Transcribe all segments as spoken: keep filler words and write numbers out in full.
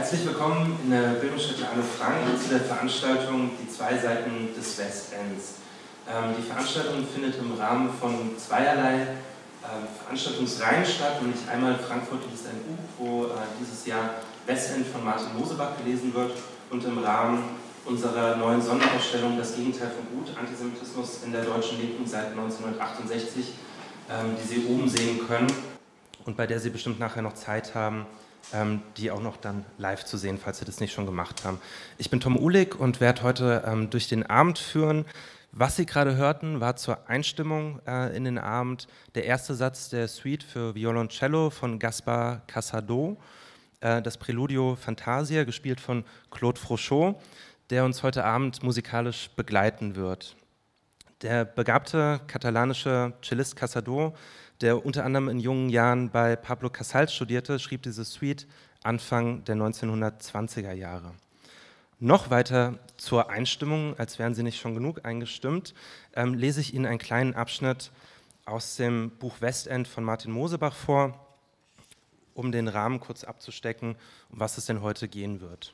Herzlich willkommen in der Bildungsstätte Anne Frank zu der Veranstaltung Die zwei Seiten des Westends. Ähm, die Veranstaltung findet im Rahmen von zweierlei äh, Veranstaltungsreihen statt, nämlich einmal Frankfurt liest ein Buch, wo äh, dieses Jahr Westend von Martin Mosebach gelesen wird, und im Rahmen unserer neuen Sonderausstellung Das Gegenteil von Gut, Antisemitismus in der deutschen Linken seit neunzehnhundertachtundsechzig, ähm, die Sie oben sehen können und bei der Sie bestimmt nachher noch Zeit haben, ähm, die auch noch dann live zu sehen, falls Sie das nicht schon gemacht haben. Ich bin Tom Uhlig und werde heute ähm, durch den Abend führen. Was Sie gerade hörten, war zur Einstimmung äh, in den Abend der erste Satz der Suite für Violoncello von Gaspard Casado, äh, das Preludio Fantasia, gespielt von Claude Frochot, der uns heute Abend musikalisch begleiten wird. Der begabte katalanische Cellist Casado, der unter anderem in jungen Jahren bei Pablo Casals studierte, schrieb diese Suite Anfang der neunzehnhundertzwanziger Jahre. Noch weiter zur Einstimmung, als wären Sie nicht schon genug eingestimmt, ähm, lese ich Ihnen einen kleinen Abschnitt aus dem Buch Westend von Martin Mosebach vor, um den Rahmen kurz abzustecken, um was es denn heute gehen wird.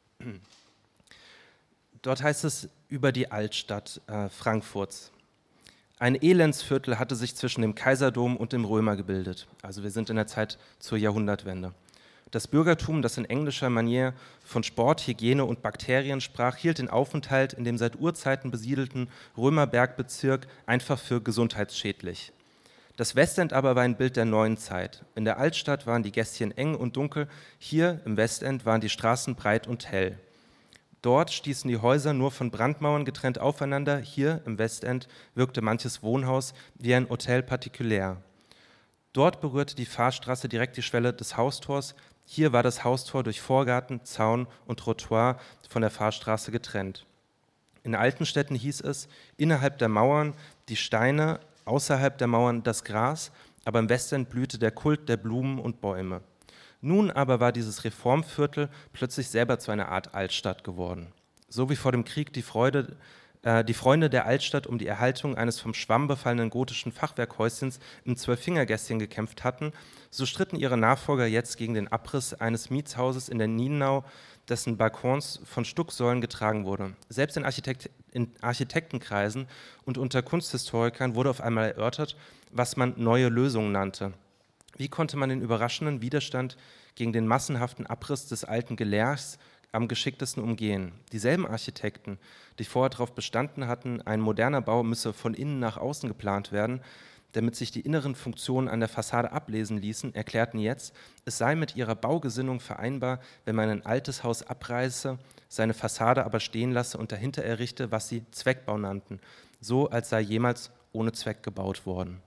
Dort heißt es über die Altstadt äh, Frankfurts. Ein Elendsviertel hatte sich zwischen dem Kaiserdom und dem Römer gebildet. Also wir sind in der Zeit zur Jahrhundertwende. Das Bürgertum, das in englischer Manier von Sport, Hygiene und Bakterien sprach, hielt den Aufenthalt in dem seit Urzeiten besiedelten Römerbergbezirk einfach für gesundheitsschädlich. Das Westend aber war ein Bild der neuen Zeit. In der Altstadt waren die Gässchen eng und dunkel, hier im Westend waren die Straßen breit und hell. Dort stießen die Häuser nur von Brandmauern getrennt aufeinander, hier im Westend wirkte manches Wohnhaus wie ein Hotel partikulär. Dort berührte die Fahrstraße direkt die Schwelle des Haustors, hier war das Haustor durch Vorgarten, Zaun und Trottoir von der Fahrstraße getrennt. In alten Städten hieß es, innerhalb der Mauern die Steine, außerhalb der Mauern das Gras, aber im Westend blühte der Kult der Blumen und Bäume. Nun aber war dieses Reformviertel plötzlich selber zu einer Art Altstadt geworden. So wie vor dem Krieg die, Freude, äh, die Freunde der Altstadt um die Erhaltung eines vom Schwamm befallenen gotischen Fachwerkhäuschens im Zwölffingergässchen gekämpft hatten, so stritten ihre Nachfolger jetzt gegen den Abriss eines Mietshauses in der Nienau, dessen Balkons von Stucksäulen getragen wurde. Selbst in, Architekt, in Architektenkreisen und unter Kunsthistorikern wurde auf einmal erörtert, was man neue Lösungen nannte. Wie konnte man den überraschenden Widerstand gegen den massenhaften Abriss des alten Gelehrs am geschicktesten umgehen? Dieselben Architekten, die vorher darauf bestanden hatten, ein moderner Bau müsse von innen nach außen geplant werden, damit sich die inneren Funktionen an der Fassade ablesen ließen, erklärten jetzt, es sei mit ihrer Baugesinnung vereinbar, wenn man ein altes Haus abreiße, seine Fassade aber stehen lasse und dahinter errichte, was sie Zweckbau nannten, so als sei jemals ohne Zweck gebaut worden.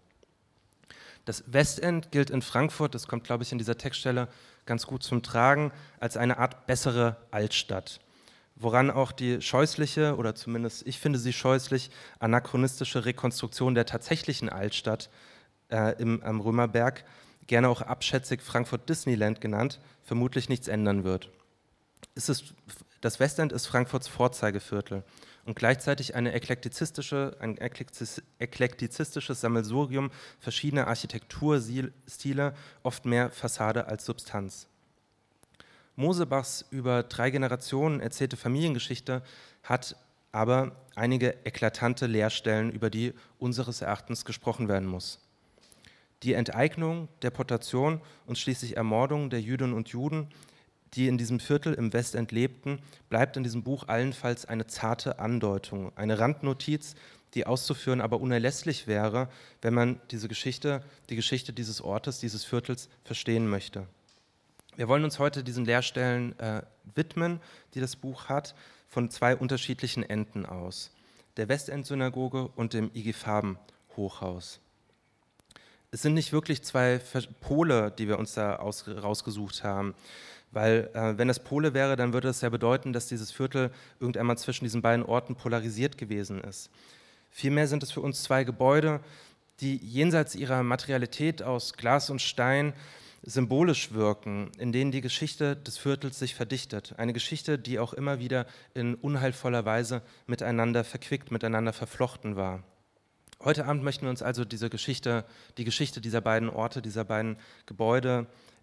Das Westend gilt in Frankfurt, das kommt, glaube ich, in dieser Textstelle ganz gut zum Tragen, als eine Art bessere Altstadt, woran auch die scheußliche, oder zumindest ich finde sie scheußlich, anachronistische Rekonstruktion der tatsächlichen Altstadt äh, im, am Römerberg, gerne auch abschätzig Frankfurt Disneyland genannt, vermutlich nichts ändern wird. Es ist, das Westend ist Frankfurts Vorzeigeviertel und gleichzeitig eine eklektizistische, ein eklektizistisches Sammelsurium verschiedener Architekturstile, oft mehr Fassade als Substanz. Mosebachs über drei Generationen erzählte Familiengeschichte hat aber einige eklatante Leerstellen, über die unseres Erachtens gesprochen werden muss. Die Enteignung, Deportation und schließlich Ermordung der Jüdinnen und Juden, die in diesem Viertel im Westend lebten, bleibt in diesem Buch allenfalls eine zarte Andeutung, eine Randnotiz, die auszuführen aber unerlässlich wäre, wenn man diese Geschichte, die Geschichte dieses Ortes, dieses Viertels verstehen möchte. Wir wollen uns heute diesen Leerstellen äh, widmen, die das Buch hat, von zwei unterschiedlichen Enden aus, der Westend-Synagoge und dem I G Farben-Hochhaus. Es sind nicht wirklich zwei Pole, die wir uns da aus, rausgesucht haben, weil äh, wenn es Pole wäre, dann würde es ja bedeuten, dass dieses Viertel irgendwann mal zwischen diesen beiden Orten polarisiert gewesen ist. Vielmehr sind es für uns zwei Gebäude, die jenseits ihrer Materialität aus Glas und Stein symbolisch wirken, in denen die Geschichte des Viertels sich verdichtet. Eine Geschichte, die auch immer wieder in unheilvoller Weise miteinander verquickt, miteinander verflochten war. Heute Abend möchten wir uns also diese Geschichte, die Geschichte dieser beiden Orte, dieser beiden Gebäude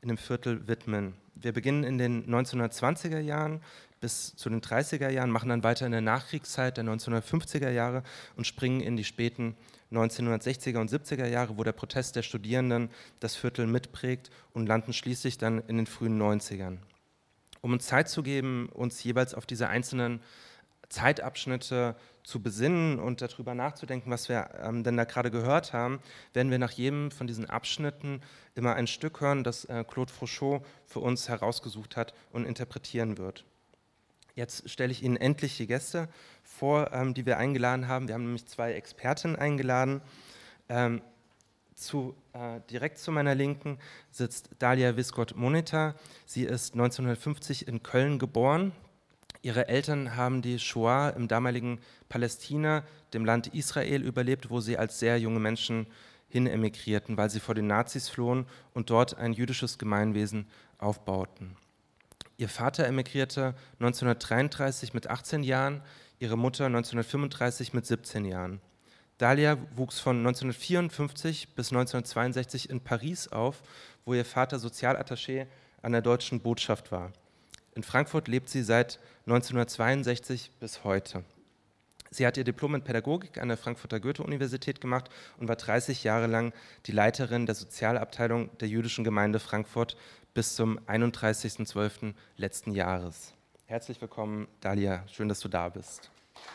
in dem Viertel widmen. Wir beginnen in den neunzehnhundertzwanziger Jahren bis zu den dreißiger Jahren, machen dann weiter in der Nachkriegszeit der neunzehnhundertfünfziger Jahre und springen in die späten neunzehnhundertsechziger und siebziger Jahre, wo der Protest der Studierenden das Viertel mitprägt, und landen schließlich dann in den frühen neunzigern. Um uns Zeit zu geben, uns jeweils auf diese einzelnen Zeitabschnitte zu besinnen und darüber nachzudenken, was wir ähm, denn da gerade gehört haben, werden wir nach jedem von diesen Abschnitten immer ein Stück hören, das äh, Claude Frochot für uns herausgesucht hat und interpretieren wird. Jetzt stelle ich Ihnen endlich die Gäste vor, ähm, die wir eingeladen haben. Wir haben nämlich zwei Expertinnen eingeladen. Ähm, zu, äh, direkt zu meiner Linken sitzt Dalia Wiskott-Moneta. Sie ist neunzehnhundertfünfzig in Köln geboren. Ihre Eltern haben die Shoah im damaligen Palästina, dem Land Israel, überlebt, wo sie als sehr junge Menschen hin emigrierten, weil sie vor den Nazis flohen und dort ein jüdisches Gemeinwesen aufbauten. Ihr Vater emigrierte neunzehnhundertdreiunddreißig mit achtzehn Jahren, ihre Mutter neunzehnhundertfünfunddreißig mit siebzehn Jahren. Dalia wuchs von neunzehnhundertvierundfünfzig bis neunzehnhundertzweiundsechzig in Paris auf, wo ihr Vater Sozialattaché an der deutschen Botschaft war. In Frankfurt lebt sie seit neunzehnhundertzweiundsechzig bis heute. Sie hat ihr Diplom in Pädagogik an der Frankfurter Goethe-Universität gemacht und war dreißig Jahre lang die Leiterin der Sozialabteilung der Jüdischen Gemeinde Frankfurt bis zum einunddreißigsten zwölften letzten Jahres. Herzlich willkommen, Dalia. Schön, dass du da bist.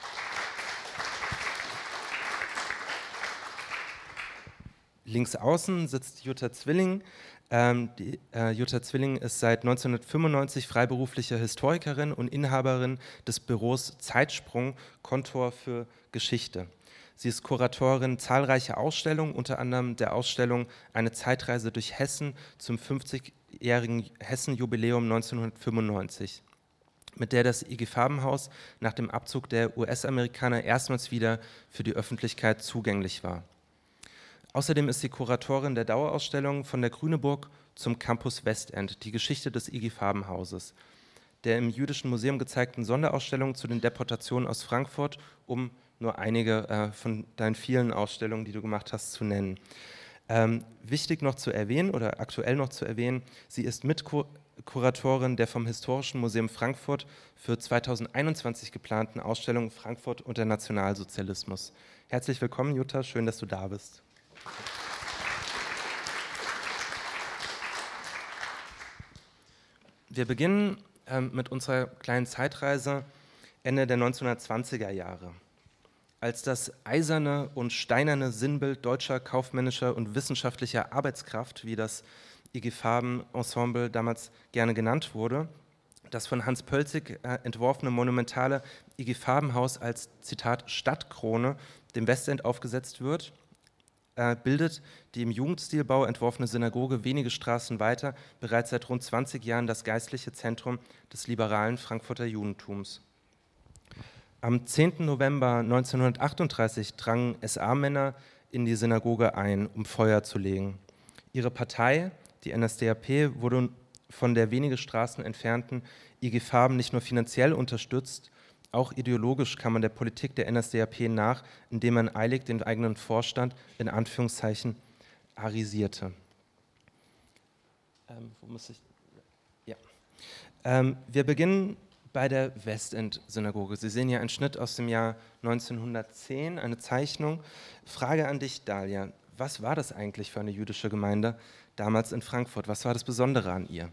Links außen sitzt Jutta Zwilling. Ähm, die, äh, Jutta Zwilling ist seit neunzehnhundertfünfundneunzig freiberufliche Historikerin und Inhaberin des Büros Zeitsprung, Kontor für Geschichte. Sie ist Kuratorin zahlreicher Ausstellungen, unter anderem der Ausstellung Eine Zeitreise durch Hessen zum fünfzigjährigen Hessen-Jubiläum neunzehnhundertfünfundneunzig, mit der das I G Farbenhaus nach dem Abzug der U S-Amerikaner erstmals wieder für die Öffentlichkeit zugänglich war. Außerdem ist sie Kuratorin der Dauerausstellung Von der Grüneburg zum Campus Westend, die Geschichte des I G Farbenhauses, der im Jüdischen Museum gezeigten Sonderausstellung zu den Deportationen aus Frankfurt, um nur einige äh, von deinen vielen Ausstellungen, die du gemacht hast, zu nennen. Ähm, wichtig noch zu erwähnen oder aktuell noch zu erwähnen, sie ist Mitkuratorin der vom Historischen Museum Frankfurt für zweitausendeinundzwanzig geplanten Ausstellung Frankfurt und der Nationalsozialismus. Herzlich willkommen, Jutta, schön, dass du da bist. Wir beginnen ähm, mit unserer kleinen Zeitreise Ende der neunzehnhundertzwanziger Jahre. Als das eiserne und steinerne Sinnbild deutscher kaufmännischer und wissenschaftlicher Arbeitskraft, wie das I G Farben-Ensemble damals gerne genannt wurde, das von Hans Pölzig äh, entworfene monumentale I G Farbenhaus als, Zitat, Stadtkrone dem Westend aufgesetzt wird, äh, bildet die im Jugendstilbau entworfene Synagoge wenige Straßen weiter bereits seit rund zwanzig Jahren das geistliche Zentrum des liberalen Frankfurter Judentums. Am zehnten November neunzehnhundertachtunddreißig drangen S A-Männer in die Synagoge ein, um Feuer zu legen. Ihre Partei, die N S D A P, wurde von der wenige Straßen entfernten I G Farben nicht nur finanziell unterstützt, auch ideologisch kam man der Politik der N S D A P nach, indem man eilig den eigenen Vorstand in Anführungszeichen arisierte. Ähm, wo muss ich? Ja. Ähm, wir beginnen bei der Westend-Synagoge. Sie sehen hier einen Schnitt aus dem Jahr neunzehnhundertzehn, eine Zeichnung. Frage an dich, Dalia. Was war das eigentlich für eine jüdische Gemeinde damals in Frankfurt? Was war das Besondere an ihr?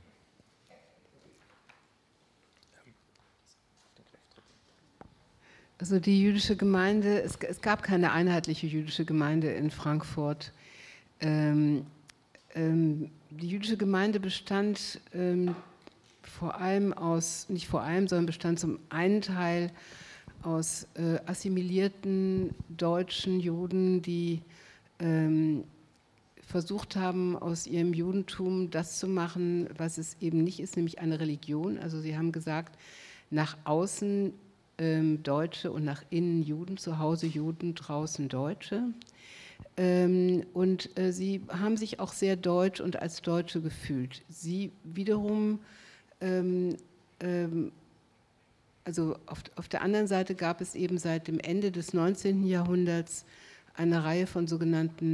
Also die jüdische Gemeinde, es, es gab keine einheitliche jüdische Gemeinde in Frankfurt. Ähm, ähm, die jüdische Gemeinde bestand ähm, vor allem aus, nicht vor allem, sondern bestand zum einen Teil aus äh, assimilierten deutschen Juden, die ähm, versucht haben, aus ihrem Judentum das zu machen, was es eben nicht ist, nämlich eine Religion. Also sie haben gesagt, nach außen ähm, Deutsche und nach innen Juden, zu Hause Juden, draußen Deutsche. Ähm, und äh, sie haben sich auch sehr deutsch und als Deutsche gefühlt. Sie wiederum, ähm, ähm, also auf, auf der anderen Seite gab es eben seit dem Ende des neunzehnten Jahrhunderts eine Reihe von sogenannten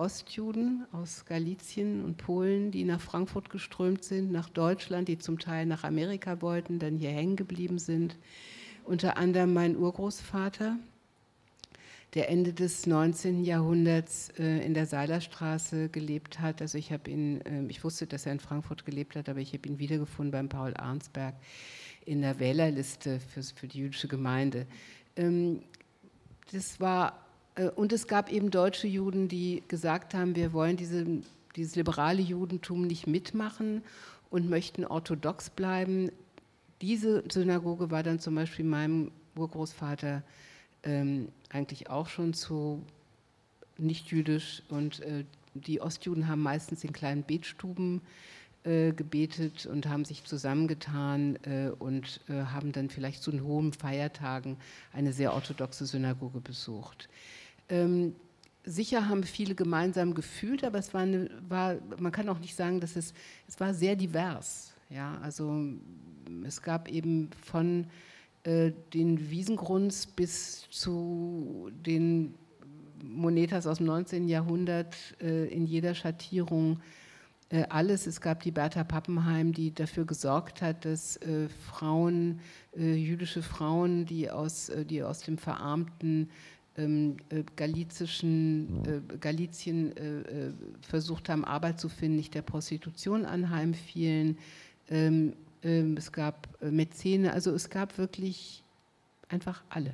Ostjuden aus Galizien und Polen, die nach Frankfurt geströmt sind, nach Deutschland, die zum Teil nach Amerika wollten, dann hier hängen geblieben sind. Unter anderem mein Urgroßvater, der Ende des neunzehnten Jahrhunderts äh, in der Seilerstraße gelebt hat. Also ich habe ihn, äh, ich wusste, dass er in Frankfurt gelebt hat, aber ich habe ihn wiedergefunden beim Paul Arnsberg in der Wählerliste für, für die jüdische Gemeinde. Ähm, das war, äh, und es gab eben deutsche Juden, die gesagt haben, wir wollen diese, dieses liberale Judentum nicht mitmachen und möchten orthodox bleiben. Diese Synagoge war dann zum Beispiel meinem Urgroßvater ähm, eigentlich auch schon zu nicht-jüdisch, und äh, die Ostjuden haben meistens in kleinen Betstuben äh, gebetet und haben sich zusammengetan äh, und äh, haben dann vielleicht zu den hohen Feiertagen eine sehr orthodoxe Synagoge besucht. Ähm, sicher haben viele gemeinsam gefühlt, aber es war, eine, war man kann auch nicht sagen, dass es, es war sehr divers. Ja, also es gab eben von äh, den Wiesengrunds bis zu den Monetas aus dem neunzehnten Jahrhundert äh, in jeder Schattierung äh, alles. Es gab die Bertha Pappenheim, die dafür gesorgt hat, dass äh, Frauen, äh, jüdische Frauen, die aus, äh, die aus dem verarmten ähm, äh, galizischen, äh, Galizien äh, äh, versucht haben, Arbeit zu finden, nicht der Prostitution anheimfielen. Ähm, ähm, es gab äh, Mäzene, also es gab wirklich einfach alle.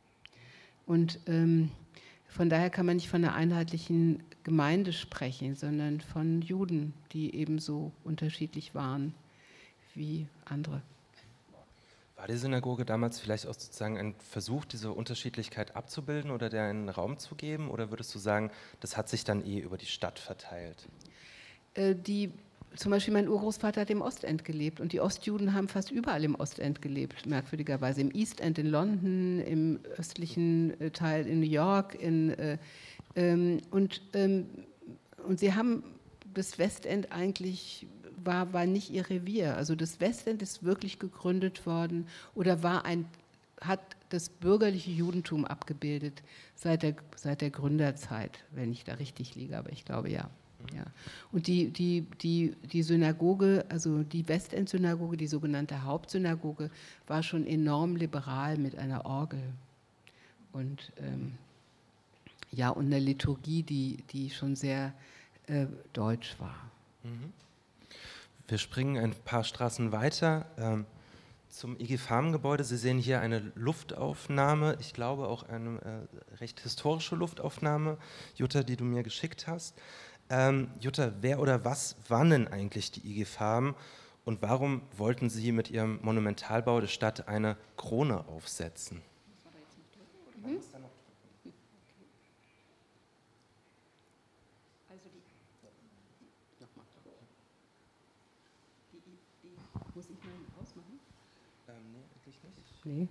Und ähm, von daher kann man nicht von einer einheitlichen Gemeinde sprechen, sondern von Juden, die ebenso unterschiedlich waren wie andere. War die Synagoge damals vielleicht auch sozusagen ein Versuch, diese Unterschiedlichkeit abzubilden oder der einen Raum zu geben? Oder würdest du sagen, das hat sich dann eh über die Stadt verteilt? Äh, die, zum Beispiel mein Urgroßvater hat im Ostend gelebt und die Ostjuden haben fast überall im Ostend gelebt, merkwürdigerweise. Im East End in London, im östlichen äh, Teil in New York. In, äh, ähm, und, ähm, und sie haben das Westend eigentlich... War, war nicht ihr Revier. Also das Westend ist wirklich gegründet worden oder war ein, hat das bürgerliche Judentum abgebildet seit der, seit der Gründerzeit, wenn ich da richtig liege, aber ich glaube ja. ja. Und die, die, die, die Synagoge, also die Westend-Synagoge, die sogenannte Hauptsynagoge, war schon enorm liberal mit einer Orgel und, ähm, ja, und einer Liturgie, die, die schon sehr äh, deutsch war. Mhm. Wir springen ein paar Straßen weiter ähm, zum I G Farben-Gebäude. Sie sehen hier eine Luftaufnahme, ich glaube auch eine äh, recht historische Luftaufnahme, Jutta, die du mir geschickt hast. Ähm, Jutta, wer oder was waren denn eigentlich die I G Farben und warum wollten Sie mit Ihrem Monumentalbau der Stadt eine Krone aufsetzen? Mhm. Muss ich mal ausmachen? Ähm, nee, eigentlich nicht. Nee.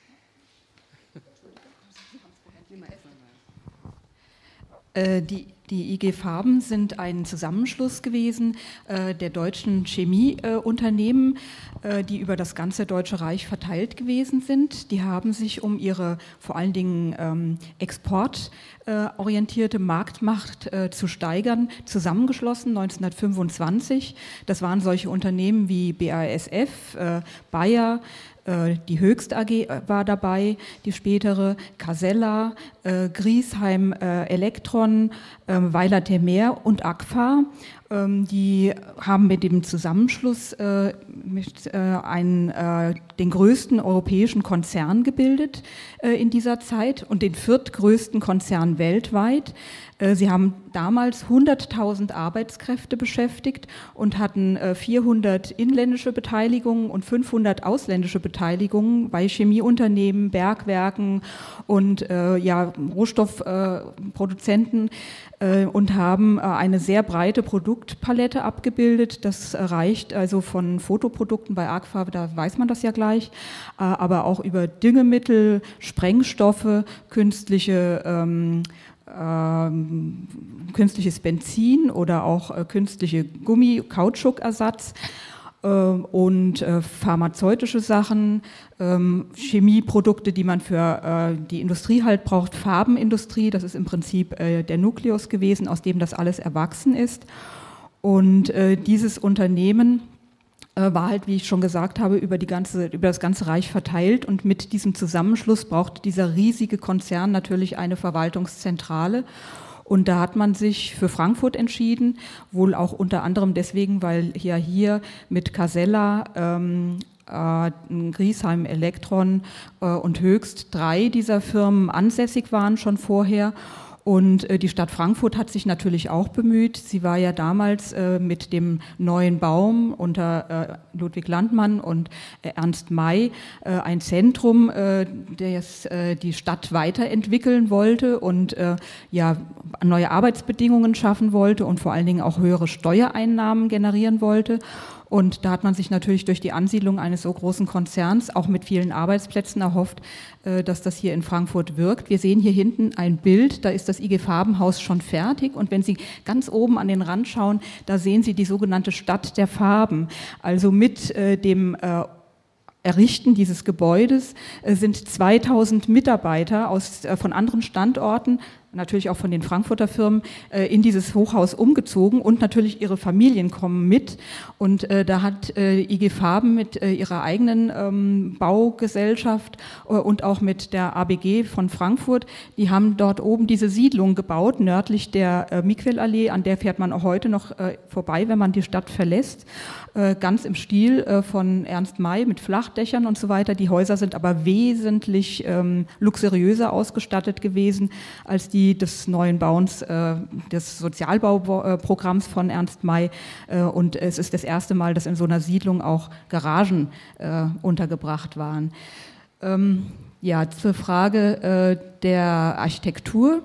Die, die I G Farben sind ein Zusammenschluss gewesen äh, der deutschen Chemieunternehmen, äh, die über das ganze Deutsche Reich verteilt gewesen sind. Die haben sich um ihre vor allen Dingen ähm, exportorientierte Marktmacht äh, zu steigern zusammengeschlossen neunzehnhundertfünfundzwanzig. Das waren solche Unternehmen wie B A S F, äh, Bayer, die Höchst A G war dabei, die spätere, Casella, äh, Griesheim äh, Elektron, äh, Weiler Termer und Agfa. Ähm, die haben mit dem Zusammenschluss äh, mit, äh, einen, äh, den größten europäischen Konzern gebildet äh, in dieser Zeit und den viertgrößten Konzern weltweit. Äh, sie haben damals hunderttausend Arbeitskräfte beschäftigt und hatten äh, vierhundert inländische Beteiligungen und fünfhundert ausländische Beteiligungen bei Chemieunternehmen, Bergwerken und äh, ja, Rohstoffproduzenten äh, und haben äh, eine sehr breite Produktpalette abgebildet. Das reicht also von Fotoprodukten bei Agfa, da weiß man das ja gleich, äh, aber auch über Düngemittel, Sprengstoffe, künstliche ähm, Ähm, künstliches Benzin oder auch äh, künstliche Gummi-Kautschukersatz. äh, und äh, pharmazeutische Sachen, ähm, Chemieprodukte, die man für äh, die Industrie halt braucht, Farbenindustrie, das ist im Prinzip äh, der Nukleus gewesen, aus dem das alles erwachsen ist. Und äh, dieses Unternehmen äh, war halt, wie ich schon gesagt habe, über, die ganze, über das ganze Reich verteilt, und mit diesem Zusammenschluss brauchte dieser riesige Konzern natürlich eine Verwaltungszentrale. Und da hat man sich für Frankfurt entschieden, wohl auch unter anderem deswegen, weil ja hier mit Casella, ähm, äh, Griesheim Elektron äh, und Höchst drei dieser Firmen ansässig waren schon vorher. Und äh, die Stadt Frankfurt hat sich natürlich auch bemüht. Sie war ja damals äh, mit dem neuen Baum unter äh, Ludwig Landmann und äh, Ernst May äh, ein Zentrum, äh, das äh, die Stadt weiterentwickeln wollte und äh, ja, neue Arbeitsbedingungen schaffen wollte und vor allen Dingen auch höhere Steuereinnahmen generieren wollte. Und da hat man sich natürlich durch die Ansiedlung eines so großen Konzerns, auch mit vielen Arbeitsplätzen, erhofft, dass das hier in Frankfurt wirkt. Wir sehen hier hinten ein Bild, da ist das I G Farbenhaus schon fertig, und wenn Sie ganz oben an den Rand schauen, da sehen Sie die sogenannte Stadt der Farben. Also mit dem Errichten dieses Gebäudes sind zweitausend Mitarbeiter aus, von anderen Standorten, natürlich auch von den Frankfurter Firmen, in dieses Hochhaus umgezogen, und natürlich ihre Familien kommen mit. Und äh, da hat äh, I G Farben mit äh, ihrer eigenen ähm, Baugesellschaft äh, und auch mit der A B G von Frankfurt, die haben dort oben diese Siedlung gebaut, nördlich der äh, Miquelallee, an der fährt man auch heute noch äh, vorbei, wenn man die Stadt verlässt, äh, ganz im Stil äh, von Ernst May mit Flachdächern und so weiter. Die Häuser sind aber wesentlich ähm, luxuriöser ausgestattet gewesen als die des neuen Bauens, äh, des Sozialbauprogramms von Ernst May, äh, und es ist das erste Mal, dass in so einer Siedlung auch Garagen äh, untergebracht waren. Ähm, ja, zur Frage äh, der Architektur.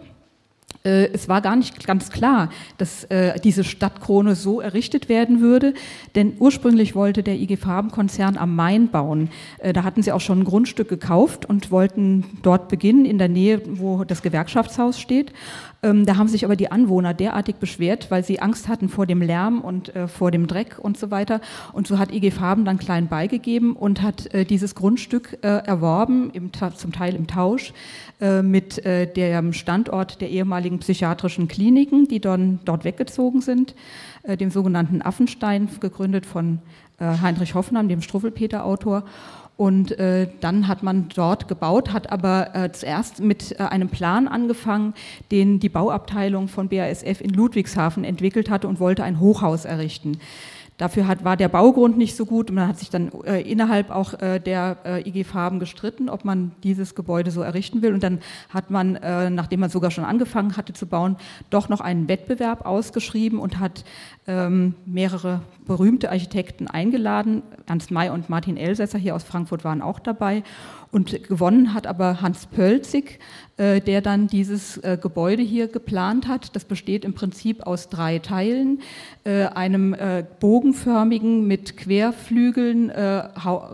Es war gar nicht ganz klar, dass äh, diese Stadtkrone so errichtet werden würde, denn ursprünglich wollte der I G Farben-Konzern am Main bauen. Äh, da hatten sie auch schon ein Grundstück gekauft und wollten dort beginnen, in der Nähe, wo das Gewerkschaftshaus steht. Ähm, da haben sich aber die Anwohner derartig beschwert, weil sie Angst hatten vor dem Lärm und äh, vor dem Dreck und so weiter. Und so hat I G Farben dann klein beigegeben und hat äh, dieses Grundstück äh, erworben, im, zum Teil im Tausch, äh, mit äh, dem Standort der ehemaligen psychiatrischen Kliniken, die dann dort weggezogen sind, äh, dem sogenannten Affenstein, gegründet von äh, Heinrich Hoffmann, dem Struffelpeter-Autor. Und äh, dann hat man dort gebaut, hat aber äh, zuerst mit äh, einem Plan angefangen, den die Bauabteilung von B A S F in Ludwigshafen entwickelt hatte, und wollte ein Hochhaus errichten. Dafür hat, war der Baugrund nicht so gut, und man hat sich dann äh, innerhalb auch äh, der äh, I G Farben gestritten, ob man dieses Gebäude so errichten will. Und dann hat man, äh, nachdem man sogar schon angefangen hatte zu bauen, doch noch einen Wettbewerb ausgeschrieben und hat ähm, mehrere berühmte Architekten eingeladen. Ernst May und Martin Elsässer hier aus Frankfurt waren auch dabei. Und gewonnen hat aber Hans Pölzig, äh, der dann dieses äh, Gebäude hier geplant hat. Das besteht im Prinzip aus drei Teilen, äh, einem äh, bogenförmigen, mit Querflügeln äh,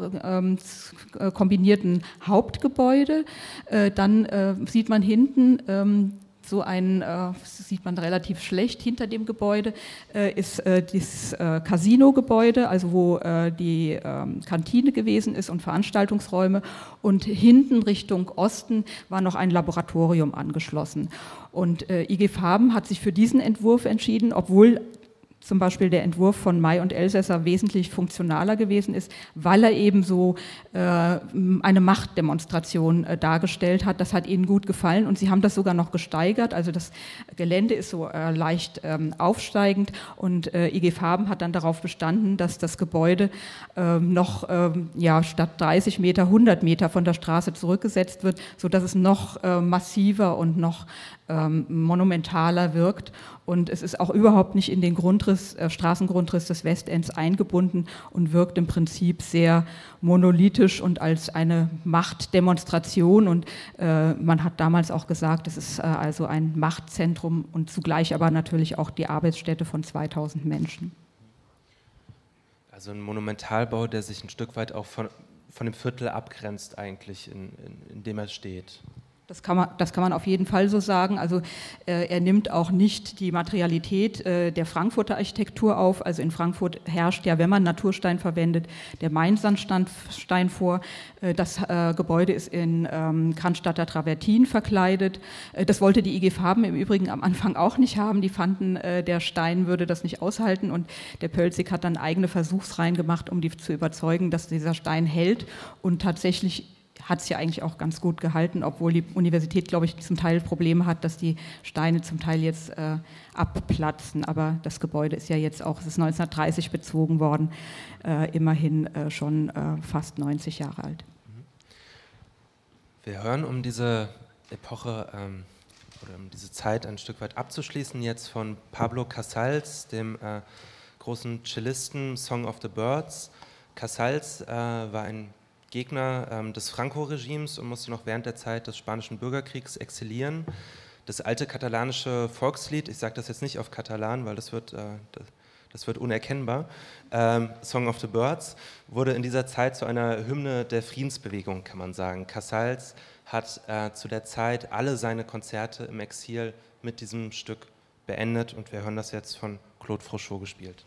äh, äh, kombinierten Hauptgebäude. Äh, dann äh, sieht man hinten ähm, so ein, äh, sieht man relativ schlecht hinter dem Gebäude, äh, ist äh, das äh, Casino-Gebäude, also wo äh, die äh, Kantine gewesen ist und Veranstaltungsräume, und hinten Richtung Osten war noch ein Laboratorium angeschlossen. Und äh, I G Farben hat sich für diesen Entwurf entschieden, obwohl zum Beispiel der Entwurf von May und Elsässer wesentlich funktionaler gewesen ist, weil er eben so äh, eine Machtdemonstration äh, dargestellt hat. Das hat ihnen gut gefallen, und sie haben das sogar noch gesteigert. Also das Gelände ist so äh, leicht ähm, aufsteigend, und äh, I G Farben hat dann darauf bestanden, dass das Gebäude äh, noch ähm, ja, statt dreißig Meter hundert Meter von der Straße zurückgesetzt wird, sodass es noch äh, massiver und noch ähm, monumentaler wirkt. Und es ist auch überhaupt nicht in den Grundriss, äh, Straßengrundriss des Westends eingebunden und wirkt im Prinzip sehr monolithisch und als eine Machtdemonstration. Und äh, man hat damals auch gesagt, es ist äh, also ein Machtzentrum und zugleich aber natürlich auch die Arbeitsstätte von zweitausend Menschen. Also ein Monumentalbau, der sich ein Stück weit auch von, von dem Viertel abgrenzt eigentlich, in, in, in dem er steht. Das kann man, das kann man auf jeden Fall so sagen. Also äh, er nimmt auch nicht die Materialität äh, der Frankfurter Architektur auf. Also in Frankfurt herrscht ja, wenn man Naturstein verwendet, der Mainsandstein vor. Äh, das äh, Gebäude ist in ähm, Cannstatter Travertin verkleidet. Äh, das wollte die I G Farben im Übrigen am Anfang auch nicht haben. Die fanden, äh, der Stein würde das nicht aushalten und der Pölzig hat dann eigene Versuchsreihen gemacht, um die zu überzeugen, dass dieser Stein hält, und tatsächlich hat es ja eigentlich auch ganz gut gehalten, obwohl die Universität, glaube ich, zum Teil Probleme hat, dass die Steine zum Teil jetzt äh, abplatzen. Aber das Gebäude ist ja jetzt auch, es ist neunzehnhundertdreißig bezogen worden, äh, immerhin äh, schon äh, fast neunzig Jahre alt. Wir hören, um diese Epoche ähm, oder um diese Zeit ein Stück weit abzuschließen, jetzt von Pablo Casals, dem äh, großen Cellisten, Song of the Birds. Casals äh, war ein Gegner ähm, des Franco-Regimes und musste noch während der Zeit des Spanischen Bürgerkriegs exilieren. Das alte katalanische Volkslied, ich sage das jetzt nicht auf Katalan, weil das wird, äh, das, das wird unerkennbar, ähm, Song of the Birds, wurde in dieser Zeit zu einer Hymne der Friedensbewegung, kann man sagen. Casals hat äh, zu der Zeit alle seine Konzerte im Exil mit diesem Stück beendet und wir hören das jetzt von Claude Frochot gespielt.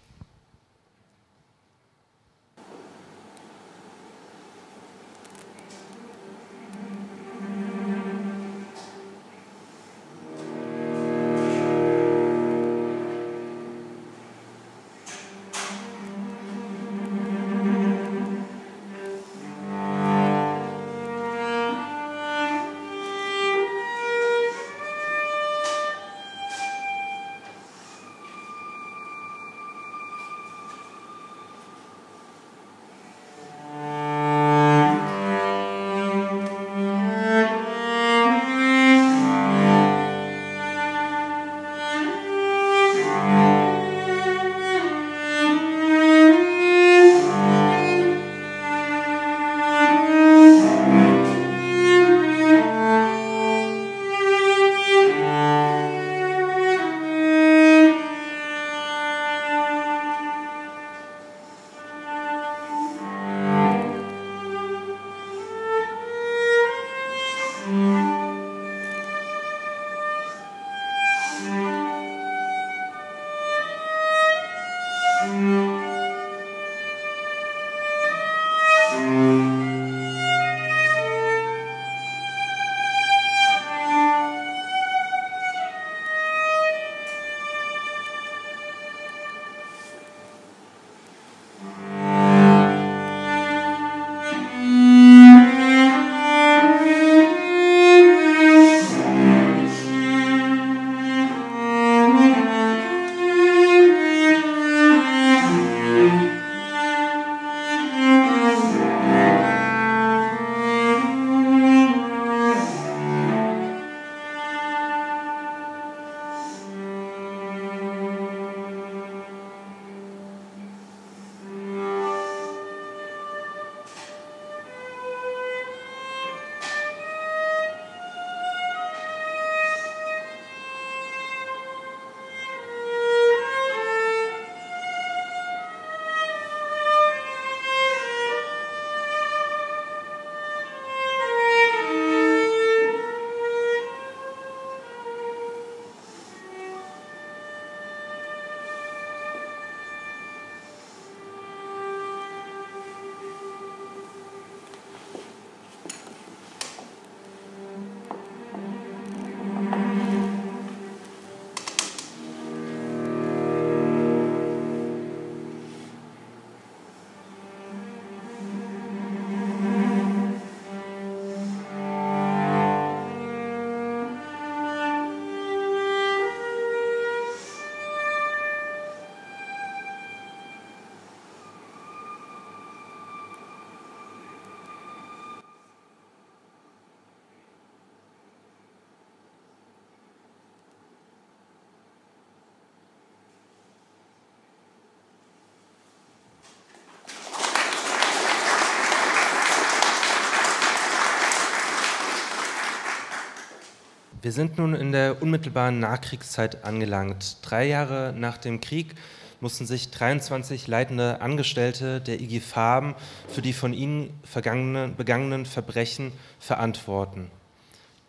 Wir sind nun in der unmittelbaren Nachkriegszeit angelangt. Drei Jahre nach dem Krieg mussten sich dreiundzwanzig leitende Angestellte der I G Farben für die von ihnen begangenen Verbrechen verantworten.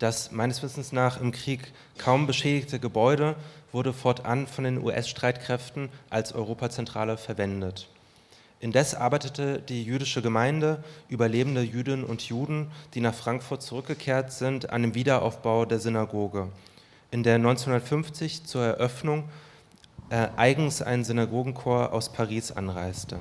Das meines Wissens nach im Krieg kaum beschädigte Gebäude wurde fortan von den U S-Streitkräften als Europazentrale verwendet. Indes arbeitete die jüdische Gemeinde, überlebende Jüdinnen und Juden, die nach Frankfurt zurückgekehrt sind, an dem Wiederaufbau der Synagoge, in der neunzehnhundertfünfzig zur Eröffnung äh, eigens ein Synagogenchor aus Paris anreiste.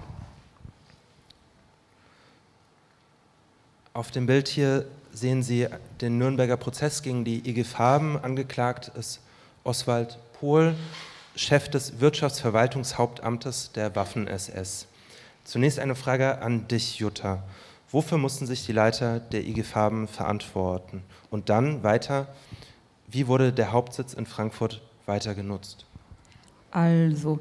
Auf dem Bild hier sehen Sie den Nürnberger Prozess gegen die I G Farben. Angeklagt ist Oswald Pohl, Chef des Wirtschaftsverwaltungshauptamtes der Waffen-S S. Zunächst eine Frage an dich, Jutta. Wofür mussten sich die Leiter der I G Farben verantworten? Und dann weiter, wie wurde der Hauptsitz in Frankfurt weiter genutzt? Also,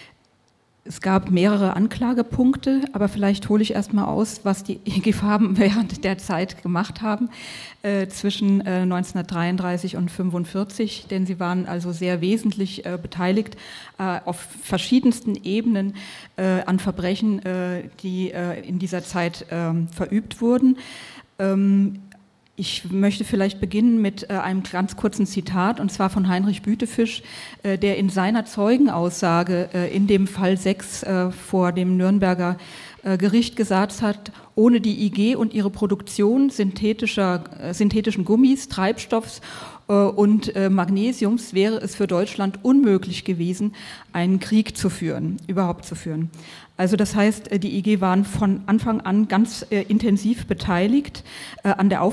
es gab mehrere Anklagepunkte, aber vielleicht hole ich erstmal aus, was die I G Farben während der Zeit gemacht haben, äh, zwischen äh, neunzehnhundertdreiunddreißig und fünfundvierzig, denn sie waren also sehr wesentlich äh, beteiligt äh, auf verschiedensten Ebenen äh, an Verbrechen, äh, die äh, in dieser Zeit äh, verübt wurden. Ähm, Ich möchte vielleicht beginnen mit äh, einem ganz kurzen Zitat, und zwar von Heinrich Bütefisch, äh, der in seiner Zeugenaussage äh, in dem Fall sechs äh, vor dem Nürnberger äh, Gericht gesagt hat, ohne die I G und ihre Produktion synthetischer, äh, synthetischen Gummis, Treibstoffs äh, und äh, Magnesiums wäre es für Deutschland unmöglich gewesen, einen Krieg zu führen, überhaupt zu führen. Also das heißt, die I G waren von Anfang an ganz äh, intensiv beteiligt äh, an der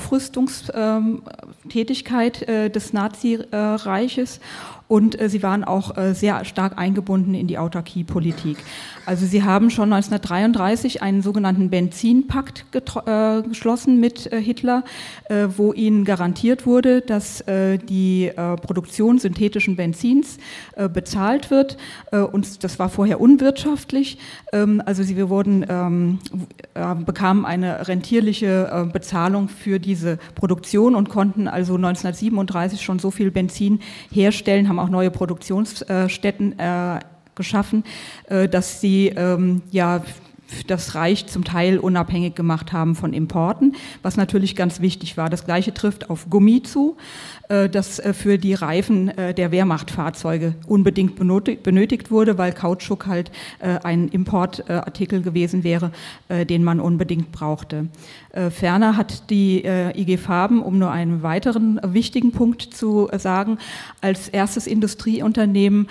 Aufrüstungstätigkeit äh, des Nazireiches und äh, sie waren auch äh, sehr stark eingebunden in die Autarkiepolitik. Also sie haben schon neunzehnhundertdreiunddreißig einen sogenannten Benzinpakt getro- äh, geschlossen mit äh, Hitler, äh, wo ihnen garantiert wurde, dass äh, die äh, Produktion synthetischen Benzins äh, bezahlt wird äh, und das war vorher unwirtschaftlich. Also sie wir wurden, ähm, äh, bekamen eine rentierliche äh, Bezahlung für diese Produktion und konnten also neunzehnhundertsiebenunddreißig schon so viel Benzin herstellen, haben auch neue Produktionsstätten äh, geschaffen, äh, dass sie ähm, ja das Reich zum Teil unabhängig gemacht haben von Importen, was natürlich ganz wichtig war. Das Gleiche trifft auf Gummi zu, das für die Reifen der Wehrmachtfahrzeuge unbedingt benötigt wurde, weil Kautschuk halt ein Importartikel gewesen wäre, den man unbedingt brauchte. Ferner hat die I G Farben, um nur einen weiteren wichtigen Punkt zu sagen, als erstes Industrieunternehmen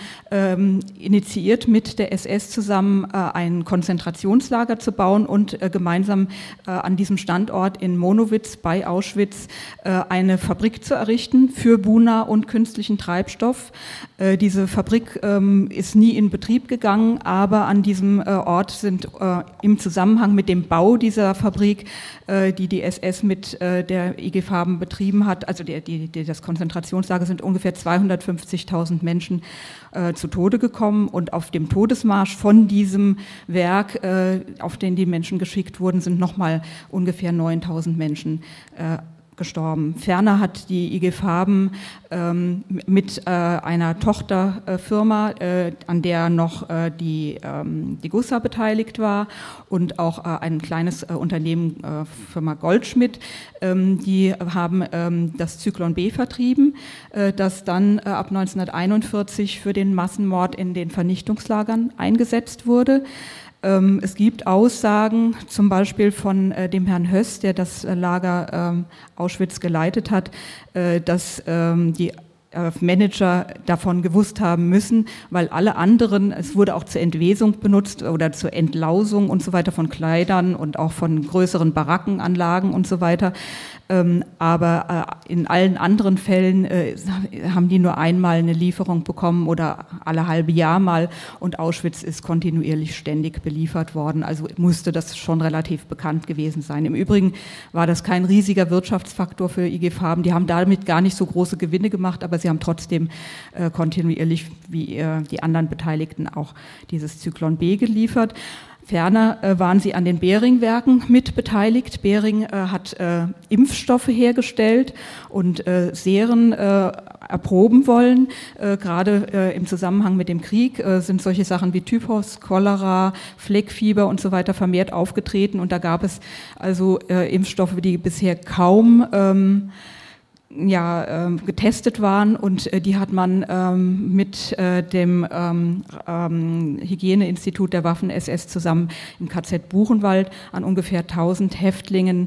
initiiert mit der S S zusammen ein Konzentrations Lager zu bauen und äh, gemeinsam äh, an diesem Standort in Monowitz bei Auschwitz äh, eine Fabrik zu errichten für Buna und künstlichen Treibstoff. Äh, diese Fabrik ähm, ist nie in Betrieb gegangen, aber an diesem äh, Ort sind äh, im Zusammenhang mit dem Bau dieser Fabrik, äh, die die S S mit äh, der I G Farben betrieben hat, also die, die, die, das Konzentrationslager, sind ungefähr zweihundertfünfzigtausend Menschen äh, zu Tode gekommen und auf dem Todesmarsch von diesem Werk, äh, auf den die Menschen geschickt wurden, sind nochmal ungefähr neuntausend Menschen äh, gestorben. Ferner hat die I G Farben ähm, mit äh, einer Tochterfirma, äh, an der noch äh, die, ähm, die Gussa beteiligt war und auch äh, ein kleines äh, Unternehmen, äh, Firma Goldschmidt, ähm, die haben ähm, das Zyklon B vertrieben, äh, das dann äh, ab neunzehnhunderteinundvierzig für den Massenmord in den Vernichtungslagern eingesetzt wurde. Es gibt Aussagen, zum Beispiel von äh, dem Herrn Höss, der das äh, Lager ähm, Auschwitz geleitet hat, äh, dass ähm, die äh, Manager davon gewusst haben müssen, weil alle anderen, es wurde auch zur Entwesung benutzt oder zur Entlausung und so weiter von Kleidern und auch von größeren Barackenanlagen und so weiter. Ähm, aber äh, in allen anderen Fällen äh, haben die nur einmal eine Lieferung bekommen oder alle halbe Jahr mal und Auschwitz ist kontinuierlich ständig beliefert worden, also musste das schon relativ bekannt gewesen sein. Im Übrigen war das kein riesiger Wirtschaftsfaktor für I G Farben, die haben damit gar nicht so große Gewinne gemacht, aber sie haben trotzdem äh, kontinuierlich wie äh, die anderen Beteiligten auch dieses Zyklon B geliefert. Ferner äh, waren sie an den Behring-Werken mit beteiligt. Behring äh, hat äh, Impfstoffe hergestellt und äh, Seren äh, erproben wollen. Äh, gerade äh, im Zusammenhang mit dem Krieg äh, sind solche Sachen wie Typhus, Cholera, Fleckfieber und so weiter vermehrt aufgetreten. Und da gab es also äh, Impfstoffe, die bisher kaum ähm, ja, äh, getestet waren und äh, die hat man ähm, mit äh, dem ähm, ähm, Hygieneinstitut der Waffen-S S zusammen im K Z Buchenwald an ungefähr tausend Häftlingen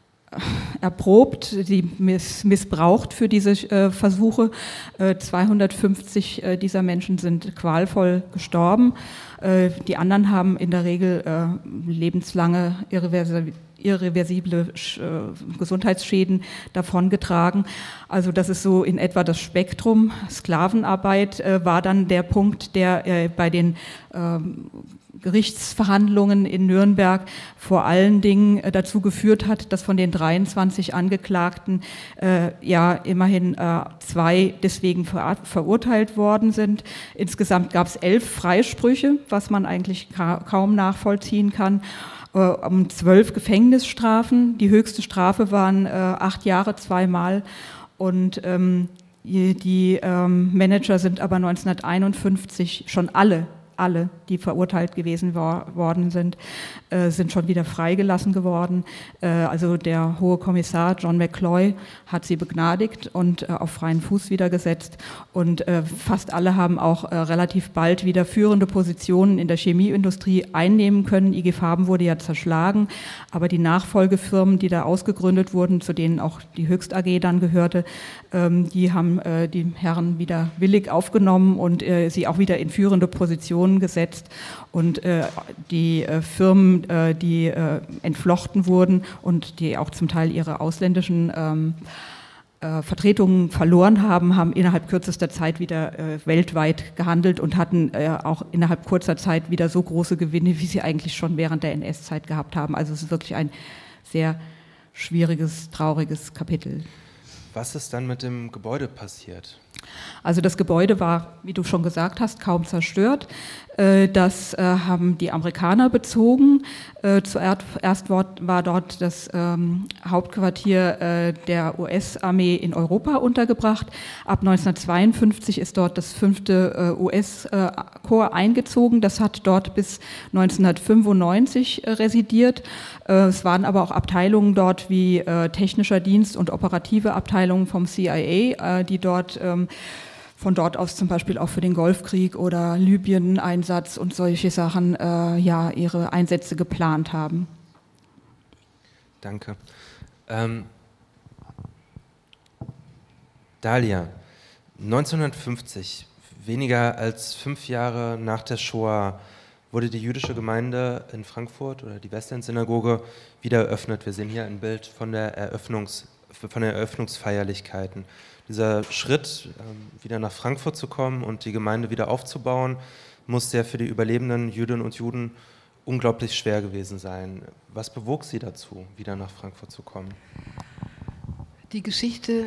erprobt, sie miss, missbraucht für diese äh, Versuche. Äh, zweihundertfünfzig äh, dieser Menschen sind qualvoll gestorben. Äh, die anderen haben in der Regel äh, lebenslange irreversible, irreversible äh, Gesundheitsschäden davongetragen. Also das ist so in etwa das Spektrum. Sklavenarbeit äh, war dann der Punkt, der äh, bei den ähm, Gerichtsverhandlungen in Nürnberg vor allen Dingen äh, dazu geführt hat, dass von den dreiundzwanzig Angeklagten äh, ja immerhin äh, zwei deswegen ver verurteilt worden sind. Insgesamt gab es elf Freisprüche, was man eigentlich ka kaum nachvollziehen kann, äh, um zwölf Gefängnisstrafen. Die höchste Strafe waren äh, acht Jahre zweimal und ähm, die, die ähm, Manager sind aber neunzehnhunderteinundfünfzig schon alle alle, die verurteilt gewesen war, worden sind, äh, sind schon wieder freigelassen geworden. Äh, also der hohe Kommissar John McCloy hat sie begnadigt und äh, auf freien Fuß wieder gesetzt. Und äh, fast alle haben auch äh, relativ bald wieder führende Positionen in der Chemieindustrie einnehmen können. I G Farben wurde ja zerschlagen, aber die Nachfolgefirmen, die da ausgegründet wurden, zu denen auch die Höchst A G dann gehörte, ähm, die haben äh, die Herren wieder willig aufgenommen und äh, sie auch wieder in führende Positionen gesetzt und äh, die äh, Firmen, äh, die äh, entflochten wurden und die auch zum Teil ihre ausländischen ähm, äh, Vertretungen verloren haben, haben innerhalb kürzester Zeit wieder äh, weltweit gehandelt und hatten äh, auch innerhalb kurzer Zeit wieder so große Gewinne, wie sie eigentlich schon während der N S-Zeit gehabt haben. Also es ist wirklich ein sehr schwieriges, trauriges Kapitel. Was ist dann mit dem Gebäude passiert? Also das Gebäude war, wie du schon gesagt hast, kaum zerstört. Das haben die Amerikaner bezogen. Zuerst war dort das Hauptquartier der U S-Armee in Europa untergebracht. Ab neunzehnhundertzweiundfünfzig ist dort das fünfte U S-Korps eingezogen. Das hat dort bis neunzehnhundertfünfundneunzig residiert. Es waren aber auch Abteilungen dort wie technischer Dienst und operative Abteilungen vom C I A, die dort von dort aus zum Beispiel auch für den Golfkrieg oder Libyen-Einsatz und solche Sachen äh, ja ihre Einsätze geplant haben. Danke. Ähm, Dalia, neunzehnhundertfünfzig, weniger als fünf Jahre nach der Shoah, wurde die jüdische Gemeinde in Frankfurt oder die Westend-Synagoge wieder eröffnet. Wir sehen hier ein Bild von, der Eröffnungs, von den Eröffnungsfeierlichkeiten. Dieser Schritt, wieder nach Frankfurt zu kommen und die Gemeinde wieder aufzubauen, muss ja für die überlebenden Jüdinnen und Juden unglaublich schwer gewesen sein. Was bewog Sie dazu, wieder nach Frankfurt zu kommen? Die Geschichte...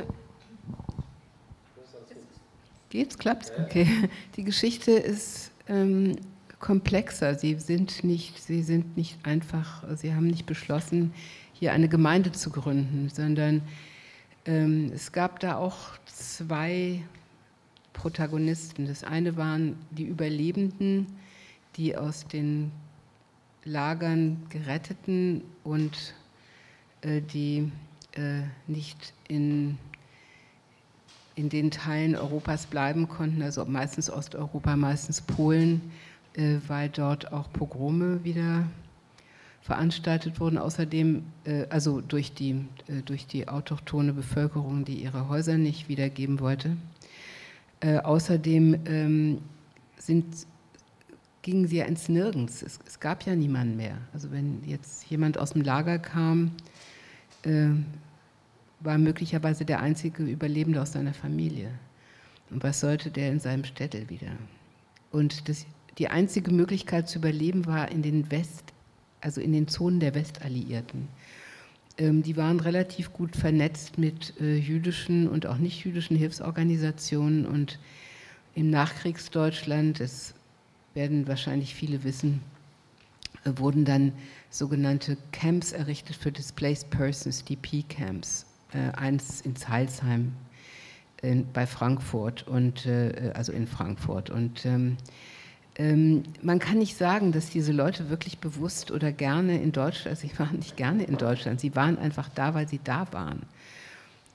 Geht's? Klappt's? Okay. Die Geschichte ist ähm, komplexer. Sie sind nicht, sie sind nicht einfach, Sie haben nicht beschlossen, hier eine Gemeinde zu gründen, sondern es gab da auch zwei Protagonisten. Das eine waren die Überlebenden, die aus den Lagern geretteten und äh, die äh, nicht in, in den Teilen Europas bleiben konnten, also meistens Osteuropa, meistens Polen, äh, weil dort auch Pogrome wieder veranstaltet wurden, außerdem, äh, also durch die, äh, durch die autochthone Bevölkerung, die ihre Häuser nicht wiedergeben wollte. Äh, außerdem ähm, sind, gingen sie ja ins Nirgends. Es, es gab ja niemanden mehr. Also wenn jetzt jemand aus dem Lager kam, äh, war möglicherweise der einzige Überlebende aus seiner Familie. Und was sollte der in seinem Städtel wieder? Und das, die einzige Möglichkeit zu überleben war in den West also in den Zonen der Westalliierten. Ähm, die waren relativ gut vernetzt mit äh, jüdischen und auch nicht-jüdischen Hilfsorganisationen und im Nachkriegsdeutschland, das werden wahrscheinlich viele wissen, äh, wurden dann sogenannte Camps errichtet für Displaced Persons, D P-Camps, äh, eins in Zeilsheim äh, bei Frankfurt, und, äh, also in Frankfurt. Und ähm, man kann nicht sagen, dass diese Leute wirklich bewusst oder gerne in Deutschland, also sie waren nicht gerne in Deutschland, sie waren einfach da, weil sie da waren.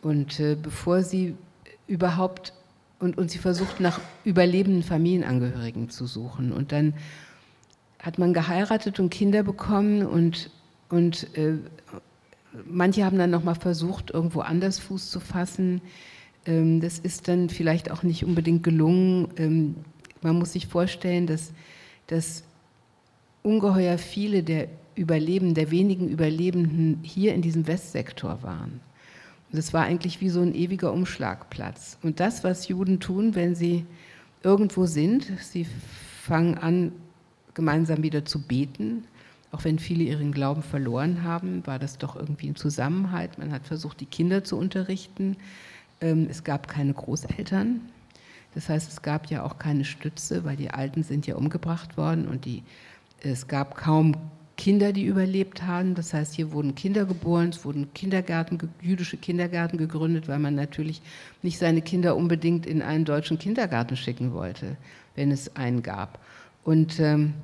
Und äh, bevor sie überhaupt, und, und sie versucht nach überlebenden Familienangehörigen zu suchen. Und dann hat man geheiratet und Kinder bekommen und, und äh, manche haben dann nochmal versucht, irgendwo anders Fuß zu fassen. Ähm, das ist dann vielleicht auch nicht unbedingt gelungen. Ähm, man muss sich vorstellen, dass, dass ungeheuer viele der Überlebenden, der wenigen Überlebenden hier in diesem Westsektor waren. Und das war eigentlich wie so ein ewiger Umschlagplatz. Und das, was Juden tun, wenn sie irgendwo sind, sie fangen an, gemeinsam wieder zu beten. Auch wenn viele ihren Glauben verloren haben, war das doch irgendwie ein Zusammenhalt. Man hat versucht, die Kinder zu unterrichten. Es gab keine Großeltern. Das heißt, es gab ja auch keine Stütze, weil die Alten sind ja umgebracht worden und die, es gab kaum Kinder, die überlebt haben. Das heißt, hier wurden Kinder geboren, es wurden Kindergärten, jüdische Kindergärten gegründet, weil man natürlich nicht seine Kinder unbedingt in einen deutschen Kindergarten schicken wollte, wenn es einen gab. Und ähm,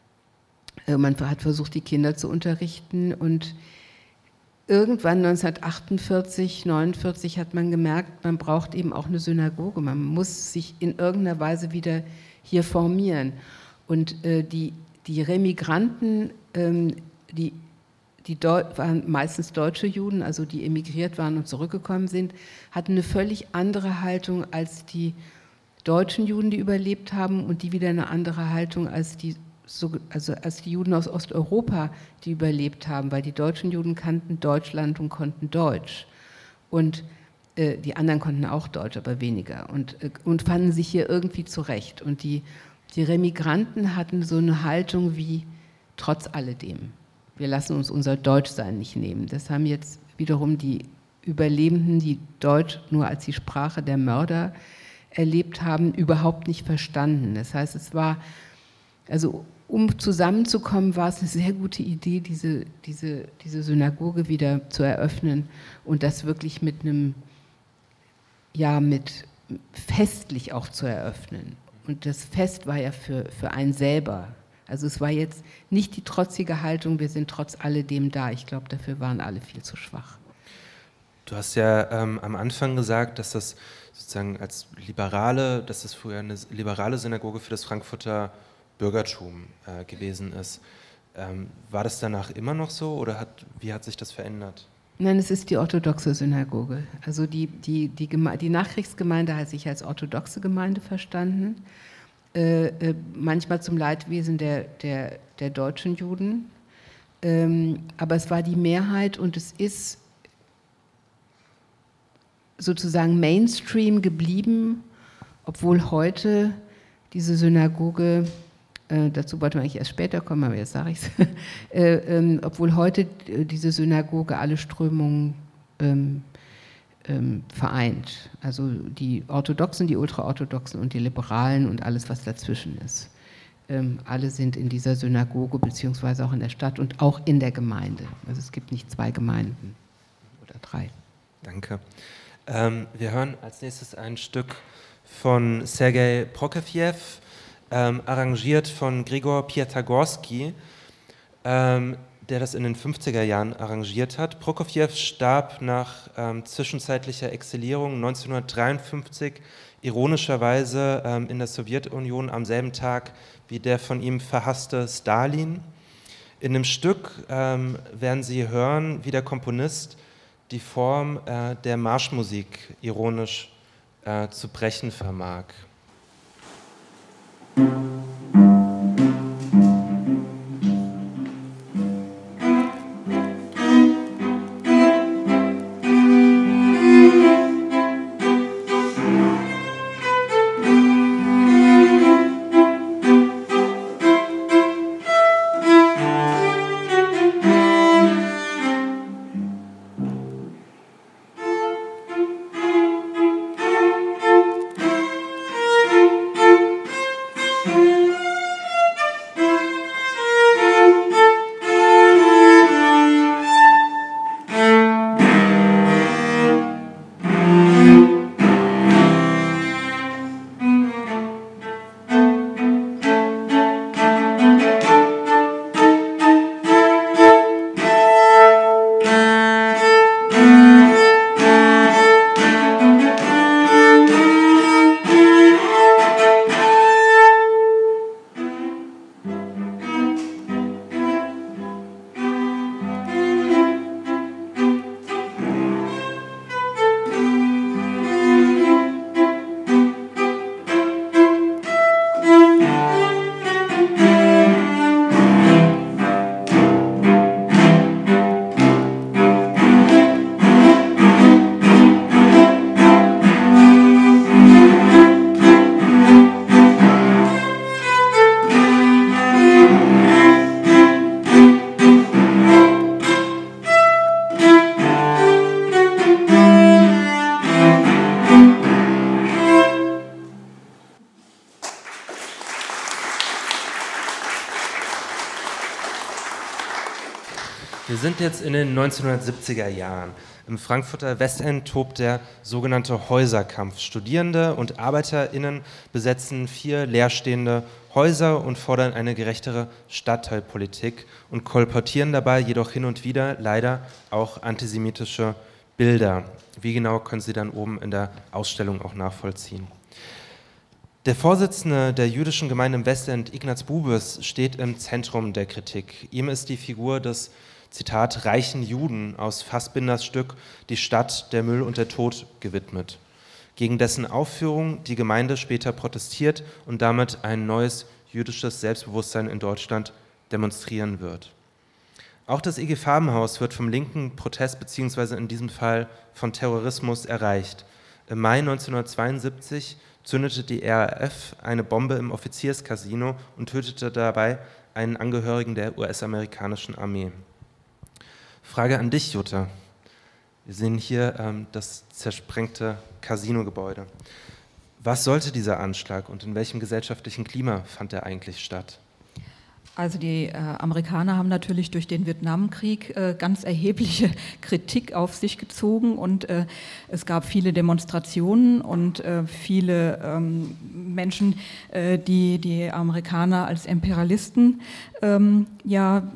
man hat versucht, die Kinder zu unterrichten und irgendwann neunzehnhundertachtundvierzig, neunundvierzig hat man gemerkt, man braucht eben auch eine Synagoge. Man muss sich in irgendeiner Weise wieder hier formieren. Und äh, die, die Remigranten, ähm, die, die waren meistens deutsche Juden, also die emigriert waren und zurückgekommen sind, hatten eine völlig andere Haltung als die deutschen Juden, die überlebt haben und die wieder eine andere Haltung als die So, also als die Juden aus Osteuropa, die überlebt haben, weil die deutschen Juden kannten Deutschland und konnten Deutsch. Und äh, die anderen konnten auch Deutsch, aber weniger. Und, äh, und fanden sich hier irgendwie zurecht. Und die, die Remigranten hatten so eine Haltung wie, trotz alledem, wir lassen uns unser Deutschsein nicht nehmen. Das haben jetzt wiederum die Überlebenden, die Deutsch nur als die Sprache der Mörder erlebt haben, überhaupt nicht verstanden. Das heißt, es war, also um zusammenzukommen, war es eine sehr gute Idee, diese, diese, diese Synagoge wieder zu eröffnen und das wirklich mit einem, ja, mit festlich auch zu eröffnen. Und das Fest war ja für, für einen selber. Also es war jetzt nicht die trotzige Haltung, wir sind trotz alledem da. Ich glaube, dafür waren alle viel zu schwach. Du hast ja ähm, am Anfang gesagt, dass das sozusagen als liberale, dass das früher eine liberale Synagoge für das Frankfurter Bürgertum äh, gewesen ist. Ähm, war das danach immer noch so oder hat, wie hat sich das verändert? Nein, es ist die orthodoxe Synagoge. Also die, die, die, Geme- die Nachkriegsgemeinde hat sich als orthodoxe Gemeinde verstanden, äh, äh, manchmal zum Leidwesen der, der, der deutschen Juden. Ähm, aber es war die Mehrheit und es ist sozusagen Mainstream geblieben, obwohl heute diese Synagoge, Äh, dazu wollte man eigentlich erst später kommen, aber jetzt sage ich es, äh, ähm, obwohl heute diese Synagoge alle Strömungen ähm, ähm, vereint. Also die Orthodoxen, die Ultraorthodoxen und die Liberalen und alles, was dazwischen ist. Ähm, alle sind in dieser Synagoge, beziehungsweise auch in der Stadt und auch in der Gemeinde. Also es gibt nicht zwei Gemeinden oder drei. Danke. Ähm, wir hören als nächstes ein Stück von Sergei Prokofjew, Ähm, arrangiert von Gregor Piatigorsky, ähm, der das in den fünfziger Jahren arrangiert hat. Prokofjew starb nach ähm, zwischenzeitlicher Exilierung neunzehnhundertdreiundfünfzig, ironischerweise ähm, in der Sowjetunion am selben Tag wie der von ihm verhasste Stalin. In dem Stück ähm, werden Sie hören, wie der Komponist die Form äh, der Marschmusik ironisch äh, zu brechen vermag. Thank you. Wir sind jetzt in den neunzehnhundertsiebziger Jahren. Im Frankfurter Westend tobt der sogenannte Häuserkampf. Studierende und ArbeiterInnen besetzen vier leerstehende Häuser und fordern eine gerechtere Stadtteilpolitik und kolportieren dabei jedoch hin und wieder leider auch antisemitische Bilder. Wie genau, können Sie dann oben in der Ausstellung auch nachvollziehen. Der Vorsitzende der jüdischen Gemeinde im Westend, Ignaz Bubis, steht im Zentrum der Kritik. Ihm ist die Figur des, Zitat, reichen Juden aus Fassbinders Stück Die Stadt, der Müll und der Tod gewidmet, gegen dessen Aufführung die Gemeinde später protestiert und damit ein neues jüdisches Selbstbewusstsein in Deutschland demonstrieren wird. Auch das I G Farbenhaus wird vom linken Protest bzw. in diesem Fall von Terrorismus erreicht. Im Mai neunzehnhundertzweiundsiebzig zündete die R A F eine Bombe im Offizierscasino und tötete dabei einen Angehörigen der U S-amerikanischen Armee. Frage an dich, Jutta. Wir sehen hier ähm, das zersprengte Casinogebäude. Was sollte dieser Anschlag und in welchem gesellschaftlichen Klima fand er eigentlich statt? Also die äh, Amerikaner haben natürlich durch den Vietnamkrieg äh, ganz erhebliche Kritik auf sich gezogen und äh, es gab viele Demonstrationen und äh, viele ähm, Menschen, äh, die die Amerikaner als Imperialisten ähm, ja,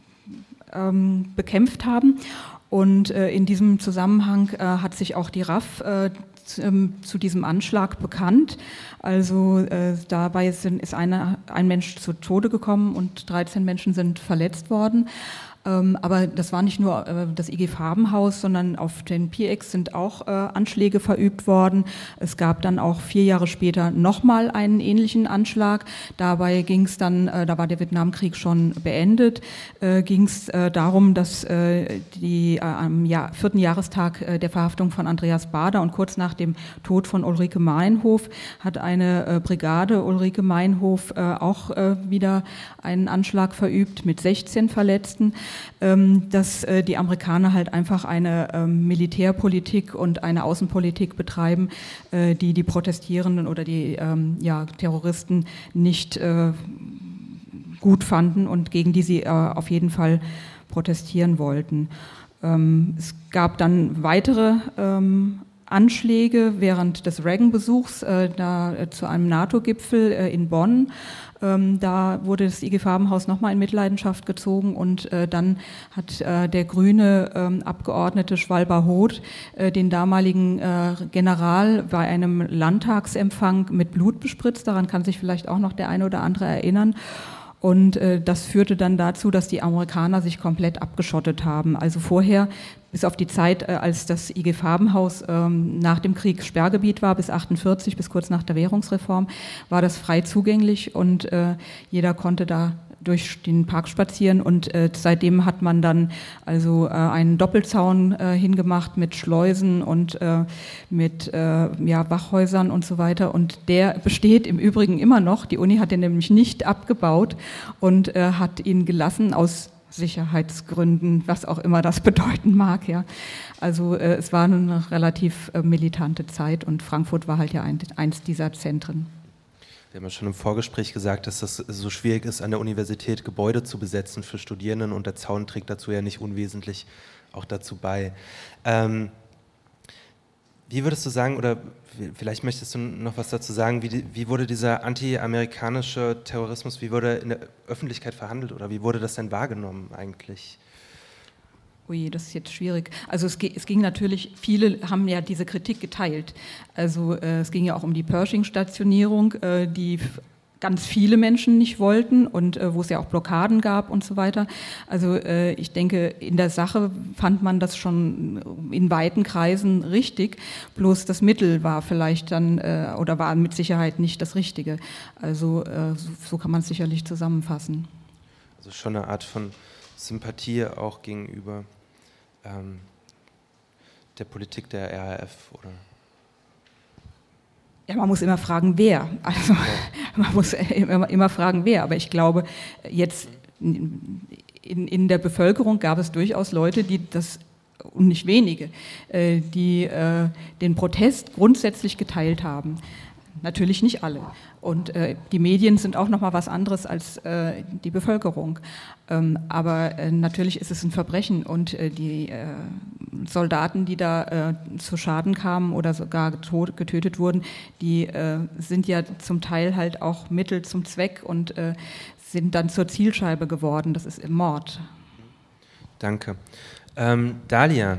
ähm, bekämpft haben. Und äh, in diesem Zusammenhang äh, hat sich auch die R A F äh, zu diesem Anschlag bekannt. Also äh, dabei sind, ist eine, ein Mensch zu Tode gekommen und dreizehn Menschen sind verletzt worden. Ähm, aber das war nicht nur äh, das I G Farbenhaus, sondern auf den P X sind auch äh, Anschläge verübt worden. Es gab dann auch vier Jahre später nochmal einen ähnlichen Anschlag. Dabei ging es dann, äh, da war der Vietnamkrieg schon beendet, äh, ging es äh, darum, dass äh, die äh, am Jahr, vierten Jahrestag äh, der Verhaftung von Andreas Baader und kurz nach dem Tod von Ulrike Meinhof hat eine äh, Brigade Ulrike Meinhof äh, auch äh, wieder einen Anschlag verübt mit sechzehn Verletzten. Dass die Amerikaner halt einfach eine Militärpolitik und eine Außenpolitik betreiben, die die Protestierenden oder die ja, Terroristen nicht gut fanden und gegen die sie auf jeden Fall protestieren wollten. Es gab dann weitere Anschläge während des Reagan-Besuchs äh, da, äh, zu einem NATO-Gipfel äh, in Bonn. Ähm, da wurde das I G Farbenhaus nochmal in Mitleidenschaft gezogen und äh, dann hat äh, der grüne ähm, Abgeordnete Schwalba-Hoth äh, den damaligen äh, General bei einem Landtagsempfang mit Blut bespritzt. Daran kann sich vielleicht auch noch der eine oder andere erinnern. Und äh, das führte dann dazu, dass die Amerikaner sich komplett abgeschottet haben. Also vorher, bis auf die Zeit, äh, als das I G Farbenhaus ähm, nach dem Krieg Sperrgebiet war, bis achtundvierzig, bis kurz nach der Währungsreform, war das frei zugänglich und äh, jeder konnte da durch den Park spazieren und äh, seitdem hat man dann also äh, einen Doppelzaun äh, hingemacht mit Schleusen und äh, mit äh, ja, Wachhäusern und so weiter und der besteht im Übrigen immer noch. Die Uni hat den nämlich nicht abgebaut und äh, hat ihn gelassen aus Sicherheitsgründen, was auch immer das bedeuten mag. Ja. Also äh, es war eine relativ äh, militante Zeit und Frankfurt war halt ja ein, eins dieser Zentren. Wir haben ja schon im Vorgespräch gesagt, dass das so schwierig ist, an der Universität Gebäude zu besetzen für Studierenden und der Zaun trägt dazu ja nicht unwesentlich auch dazu bei. Ähm, wie würdest du sagen, oder vielleicht möchtest du noch was dazu sagen, wie, wie wurde dieser anti-amerikanische Terrorismus, wie wurde in der Öffentlichkeit verhandelt oder wie wurde das denn wahrgenommen eigentlich? Ui, das ist jetzt schwierig. Also es, es ging natürlich, viele haben ja diese Kritik geteilt. Also äh, es ging ja auch um die Pershing-Stationierung, äh, die ganz viele Menschen nicht wollten und äh, wo es ja auch Blockaden gab und so weiter. Also äh, ich denke, in der Sache fand man das schon in weiten Kreisen richtig, bloß das Mittel war vielleicht dann äh, oder war mit Sicherheit nicht das Richtige. Also äh, so, so kann man es sicherlich zusammenfassen. Also schon eine Art von Sympathie auch gegenüber ähm, der Politik der R A F, oder? Ja, man muss immer fragen, wer. Also man muss immer, immer fragen, wer. Aber ich glaube, jetzt in, in der Bevölkerung gab es durchaus Leute, die das, und nicht wenige, die den Protest grundsätzlich geteilt haben. natürlich nicht alle. Und äh, die Medien sind auch noch mal was anderes als äh, die Bevölkerung. Ähm, aber äh, natürlich ist es ein Verbrechen und äh, die äh, Soldaten, die da äh, zu Schaden kamen oder sogar tot, getötet wurden, die äh, sind ja zum Teil halt auch Mittel zum Zweck und äh, sind dann zur Zielscheibe geworden. Das ist im Mord. Danke. Ähm, Dalia,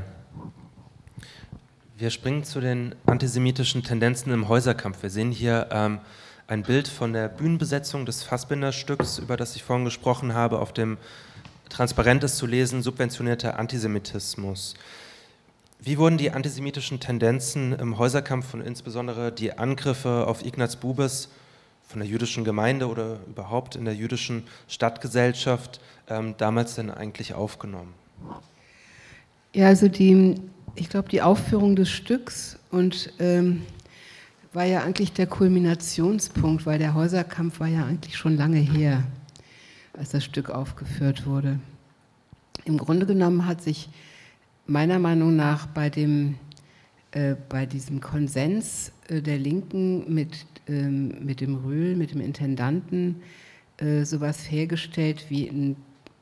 wir springen zu den antisemitischen Tendenzen im Häuserkampf. Wir sehen hier ähm, ein Bild von der Bühnenbesetzung des Fassbinder-Stücks, über das ich vorhin gesprochen habe. Auf dem Transparent ist zu lesen, subventionierter Antisemitismus. Wie wurden die antisemitischen Tendenzen im Häuserkampf und insbesondere die Angriffe auf Ignaz Bubis von der jüdischen Gemeinde oder überhaupt in der jüdischen Stadtgesellschaft ähm, damals denn eigentlich aufgenommen? Ja, also die, ich glaube, die Aufführung des Stücks und ähm, war ja eigentlich der Kulminationspunkt, weil der Häuserkampf war ja eigentlich schon lange her, als das Stück aufgeführt wurde. Im Grunde genommen hat sich meiner Meinung nach bei dem äh, bei diesem Konsens äh, der Linken mit, ähm, mit dem Röhl, mit dem Intendanten, äh, sowas hergestellt wie ein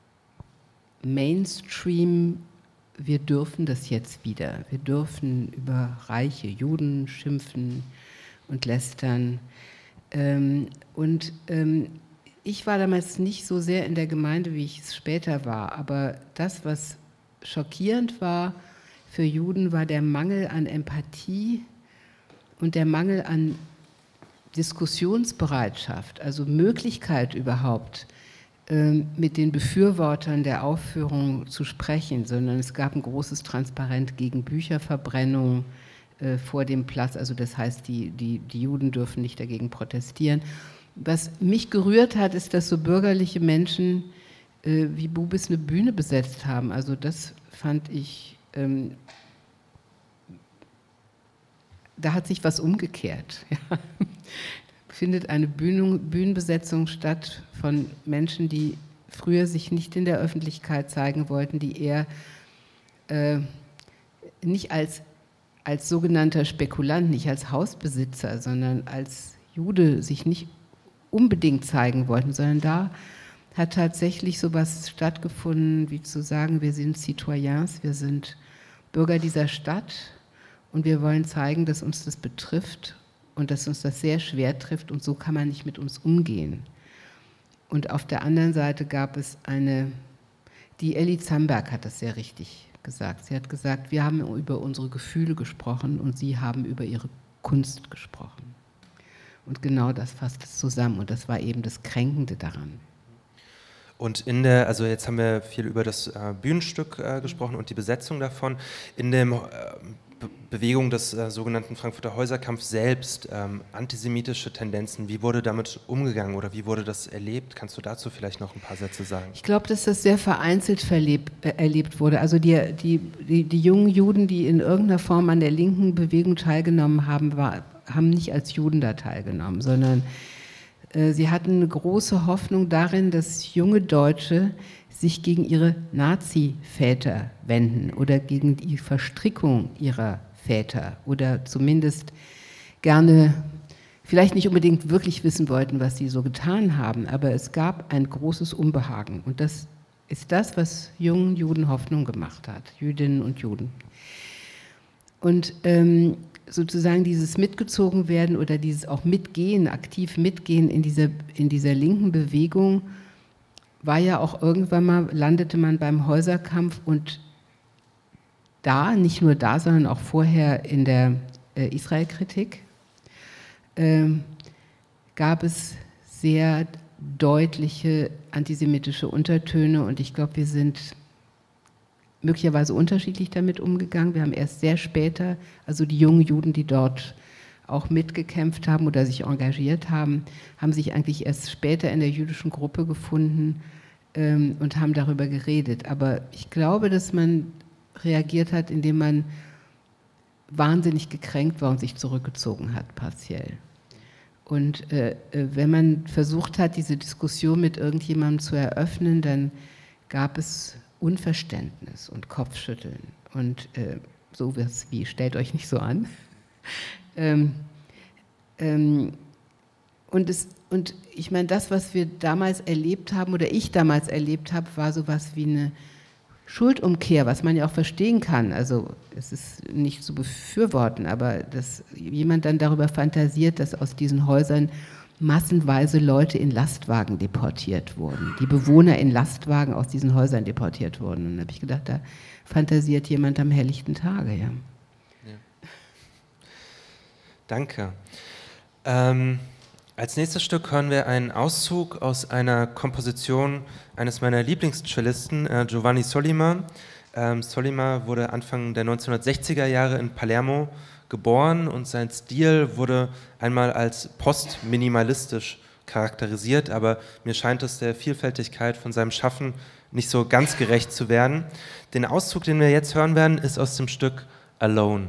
Mainstream, wir dürfen das jetzt wieder. Wir dürfen über reiche Juden schimpfen und lästern. Ähm, und ähm, ich war damals nicht so sehr in der Gemeinde, wie ich es später war, aber das, was schockierend war für Juden, war der Mangel an Empathie und der Mangel an Diskussionsbereitschaft, also Möglichkeit überhaupt, mit den Befürwortern der Aufführung zu sprechen, sondern es gab ein großes Transparent gegen Bücherverbrennung äh, vor dem Platz, also das heißt, die, die, die Juden dürfen nicht dagegen protestieren. Was mich gerührt hat, ist, dass so bürgerliche Menschen äh, wie Bubis eine Bühne besetzt haben, also das fand ich, ähm, da hat sich was umgekehrt, ja. Findet eine Bühnen, Bühnenbesetzung statt von Menschen, die früher sich nicht in der Öffentlichkeit zeigen wollten, die eher äh, nicht als, als sogenannter Spekulant, nicht als Hausbesitzer, sondern als Jude sich nicht unbedingt zeigen wollten, sondern da hat tatsächlich sowas stattgefunden, wie zu sagen, wir sind Citoyens, wir sind Bürger dieser Stadt und wir wollen zeigen, dass uns das betrifft und dass uns das sehr schwer trifft und so kann man nicht mit uns umgehen. Und auf der anderen Seite gab es eine, die Elli Zamberg hat das sehr richtig gesagt. Sie hat gesagt, wir haben über unsere Gefühle gesprochen und Sie haben über Ihre Kunst gesprochen. Und genau das fasst es zusammen und das war eben das Kränkende daran. Und in der, also jetzt haben wir viel über das äh, Bühnenstück äh, gesprochen und die Besetzung davon. In der äh, Be- Bewegung des äh, sogenannten Frankfurter Häuserkampfs selbst, ähm, antisemitische Tendenzen, wie wurde damit umgegangen oder wie wurde das erlebt? Kannst du dazu vielleicht noch ein paar Sätze sagen? Ich glaube, dass das sehr vereinzelt verlebt, äh, erlebt wurde. Also die, die, die, die jungen Juden, die in irgendeiner Form an der linken Bewegung teilgenommen haben, war, haben nicht als Juden da teilgenommen, sondern sie hatten eine große Hoffnung darin, dass junge Deutsche sich gegen ihre Nazi-Väter wenden oder gegen die Verstrickung ihrer Väter oder zumindest gerne, vielleicht nicht unbedingt wirklich wissen wollten, was sie so getan haben, aber es gab ein großes Unbehagen und das ist das, was jungen Juden Hoffnung gemacht hat, Jüdinnen und Juden. Und ähm, sozusagen dieses mitgezogen werden oder dieses auch mitgehen, aktiv mitgehen in dieser, in dieser linken Bewegung, war ja auch irgendwann mal, landete man beim Häuserkampf und da, nicht nur da, sondern auch vorher in der äh, Israel-Kritik, äh, gab es sehr deutliche antisemitische Untertöne und ich glaube, wir sind möglicherweise unterschiedlich damit umgegangen. Wir haben erst sehr später, also die jungen Juden, die dort auch mitgekämpft haben oder sich engagiert haben, haben sich eigentlich erst später in der jüdischen Gruppe gefunden ähm, und haben darüber geredet. Aber ich glaube, dass man reagiert hat, indem man wahnsinnig gekränkt war und sich zurückgezogen hat, partiell. Und äh, wenn man versucht hat, diese Diskussion mit irgendjemandem zu eröffnen, dann gab es Unverständnis und Kopfschütteln und äh, sowas wie, stellt euch nicht so an. ähm, Ähm, und, es, und ich meine, das, was wir damals erlebt haben oder ich damals erlebt habe, war sowas wie eine Schuldumkehr, was man ja auch verstehen kann. Also es ist nicht zu befürworten, aber dass jemand dann darüber fantasiert, dass aus diesen Häusern massenweise Leute in Lastwagen deportiert wurden, die Bewohner in Lastwagen aus diesen Häusern deportiert wurden. Und da habe ich gedacht, da fantasiert jemand am helllichten Tage. Ja. Ja. Danke. Ähm, als nächstes Stück hören wir einen Auszug aus einer Komposition eines meiner Lieblingscellisten, äh, Giovanni Sollima. Ähm, Sollima wurde Anfang der neunzehnhundertsechziger Jahre in Palermo geboren und sein Stil wurde einmal als postminimalistisch charakterisiert, aber mir scheint es der Vielfältigkeit von seinem Schaffen nicht so ganz gerecht zu werden. Den Auszug, den wir jetzt hören werden, ist aus dem Stück Alone.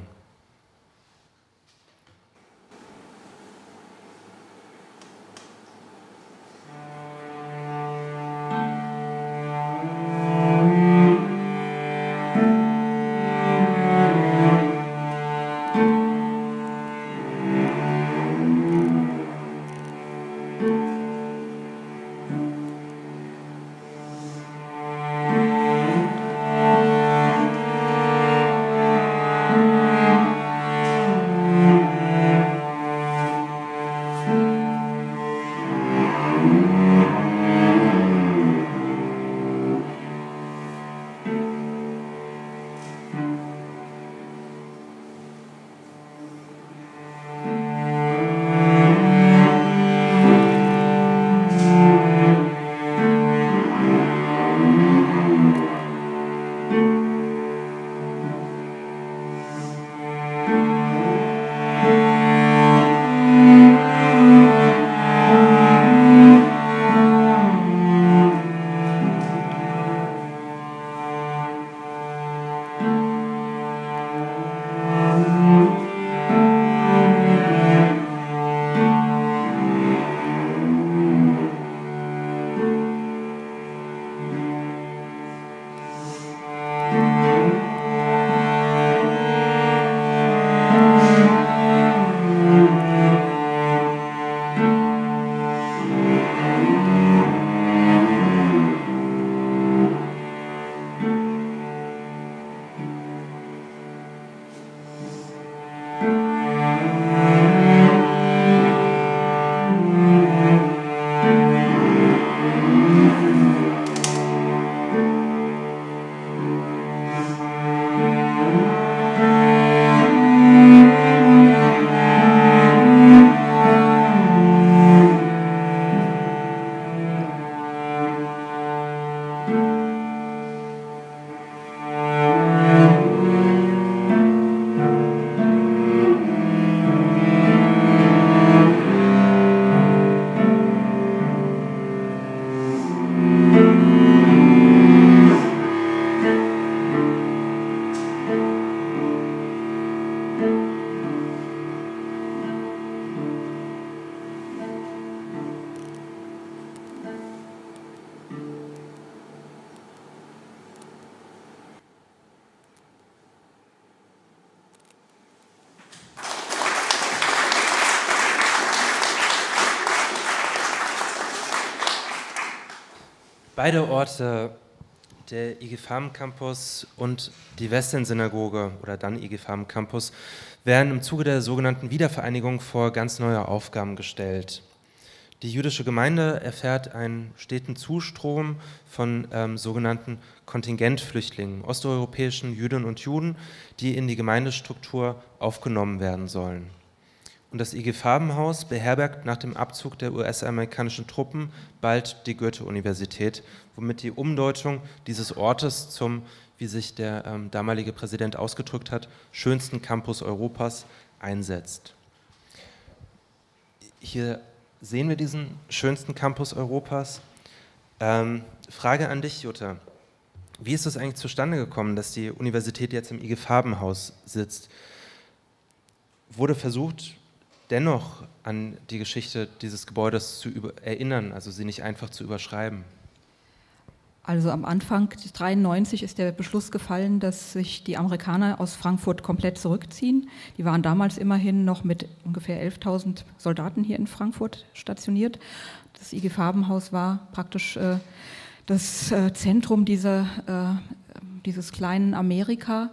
Beide Orte, der I G Farben Campus und die Westend-Synagoge oder dann I G Farben Campus, werden im Zuge der sogenannten Wiedervereinigung vor ganz neue Aufgaben gestellt. Die jüdische Gemeinde erfährt einen steten Zustrom von ähm, sogenannten Kontingentflüchtlingen, osteuropäischen Jüdinnen und Juden, die in die Gemeindestruktur aufgenommen werden sollen. Und das I G Farbenhaus beherbergt nach dem Abzug der U S-amerikanischen Truppen bald die Goethe-Universität, womit die Umdeutung dieses Ortes zum, wie sich der ähm, damalige Präsident ausgedrückt hat, schönsten Campus Europas einsetzt. Hier sehen wir diesen schönsten Campus Europas. Ähm, Frage an dich, Jutta. Wie ist es eigentlich zustande gekommen, dass die Universität jetzt im I G Farbenhaus sitzt? Wurde versucht, dennoch an die Geschichte dieses Gebäudes zu über- erinnern, also sie nicht einfach zu überschreiben? Also am Anfang dreiundneunzig ist der Beschluss gefallen, dass sich die Amerikaner aus Frankfurt komplett zurückziehen. Die waren damals immerhin noch mit ungefähr elftausend Soldaten hier in Frankfurt stationiert. Das I G Farbenhaus war praktisch äh, das äh, Zentrum dieser, äh, dieses kleinen Amerika.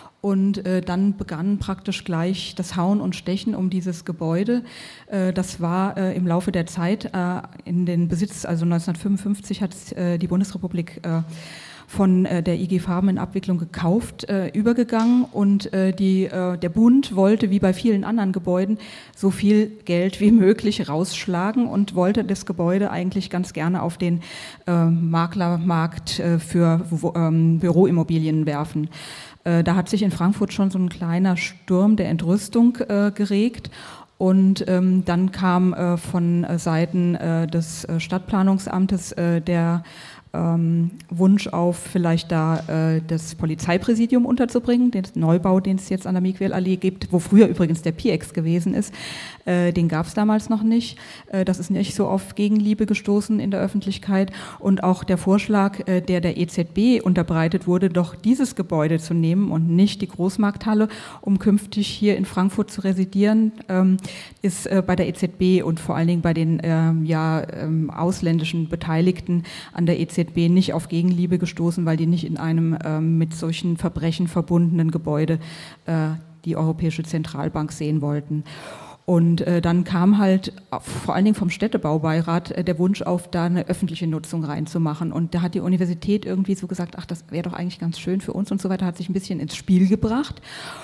Und äh, dann begann praktisch gleich das Hauen und Stechen um dieses Gebäude. Äh, das war äh, im Laufe der Zeit äh, in den Besitz, also neunzehnhundertfünfundfünfzig hat äh, die Bundesrepublik äh, von äh, der I G Farben in Abwicklung gekauft, äh, übergegangen und äh, die, äh, der Bund wollte, wie bei vielen anderen Gebäuden, so viel Geld wie möglich rausschlagen und wollte das Gebäude eigentlich ganz gerne auf den äh, Maklermarkt äh, für wo, ähm, Büroimmobilien werfen. Da hat sich in Frankfurt schon so ein kleiner Sturm der Entrüstung äh, geregt und ähm, dann kam äh, von Seiten äh, des Stadtplanungsamtes äh, der ähm, Wunsch auf, vielleicht da äh, das Polizeipräsidium unterzubringen, den Neubau, den es jetzt an der Miguel-Allee gibt, wo früher übrigens der P I E X gewesen ist, äh, den gab es damals noch nicht. Äh, das ist nicht so auf Gegenliebe gestoßen in der Öffentlichkeit und auch der Vorschlag, äh, der der E Z B unterbreitet wurde, doch dieses Gebäude zu nehmen und nicht die Großmarkthalle, um künftig hier in Frankfurt zu residieren, ähm, ist äh, bei der E Z B und vor allen Dingen bei den ähm, ja, ähm, ausländischen Beteiligten an der E Z B nicht auf Gegenliebe gestoßen, weil die nicht in einem ähm, mit solchen Verbrechen verbundenen Gebäude äh, die Europäische Zentralbank sehen wollten. Und äh, dann kam halt vor allen Dingen vom Städtebaubeirat äh, der Wunsch auf, da eine öffentliche Nutzung reinzumachen. Und da hat die Universität irgendwie so gesagt, ach, das wäre doch eigentlich ganz schön für uns und so weiter, hat sich ein bisschen ins Spiel gebracht.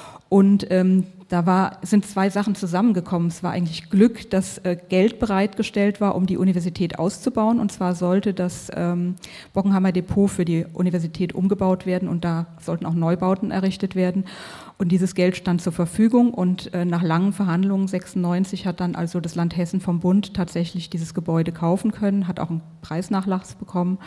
Und ähm, da war, sind zwei Sachen zusammengekommen. Es war eigentlich Glück, dass äh, Geld bereitgestellt war, um die Universität auszubauen. Und zwar sollte das ähm, Bockenheimer Depot für die Universität umgebaut werden und da sollten auch Neubauten errichtet werden. Und dieses Geld stand zur Verfügung und äh, nach langen Verhandlungen sechsundneunzig hat dann also das Land Hessen vom Bund tatsächlich dieses Gebäude kaufen können, hat auch einen Preisnachlass bekommen.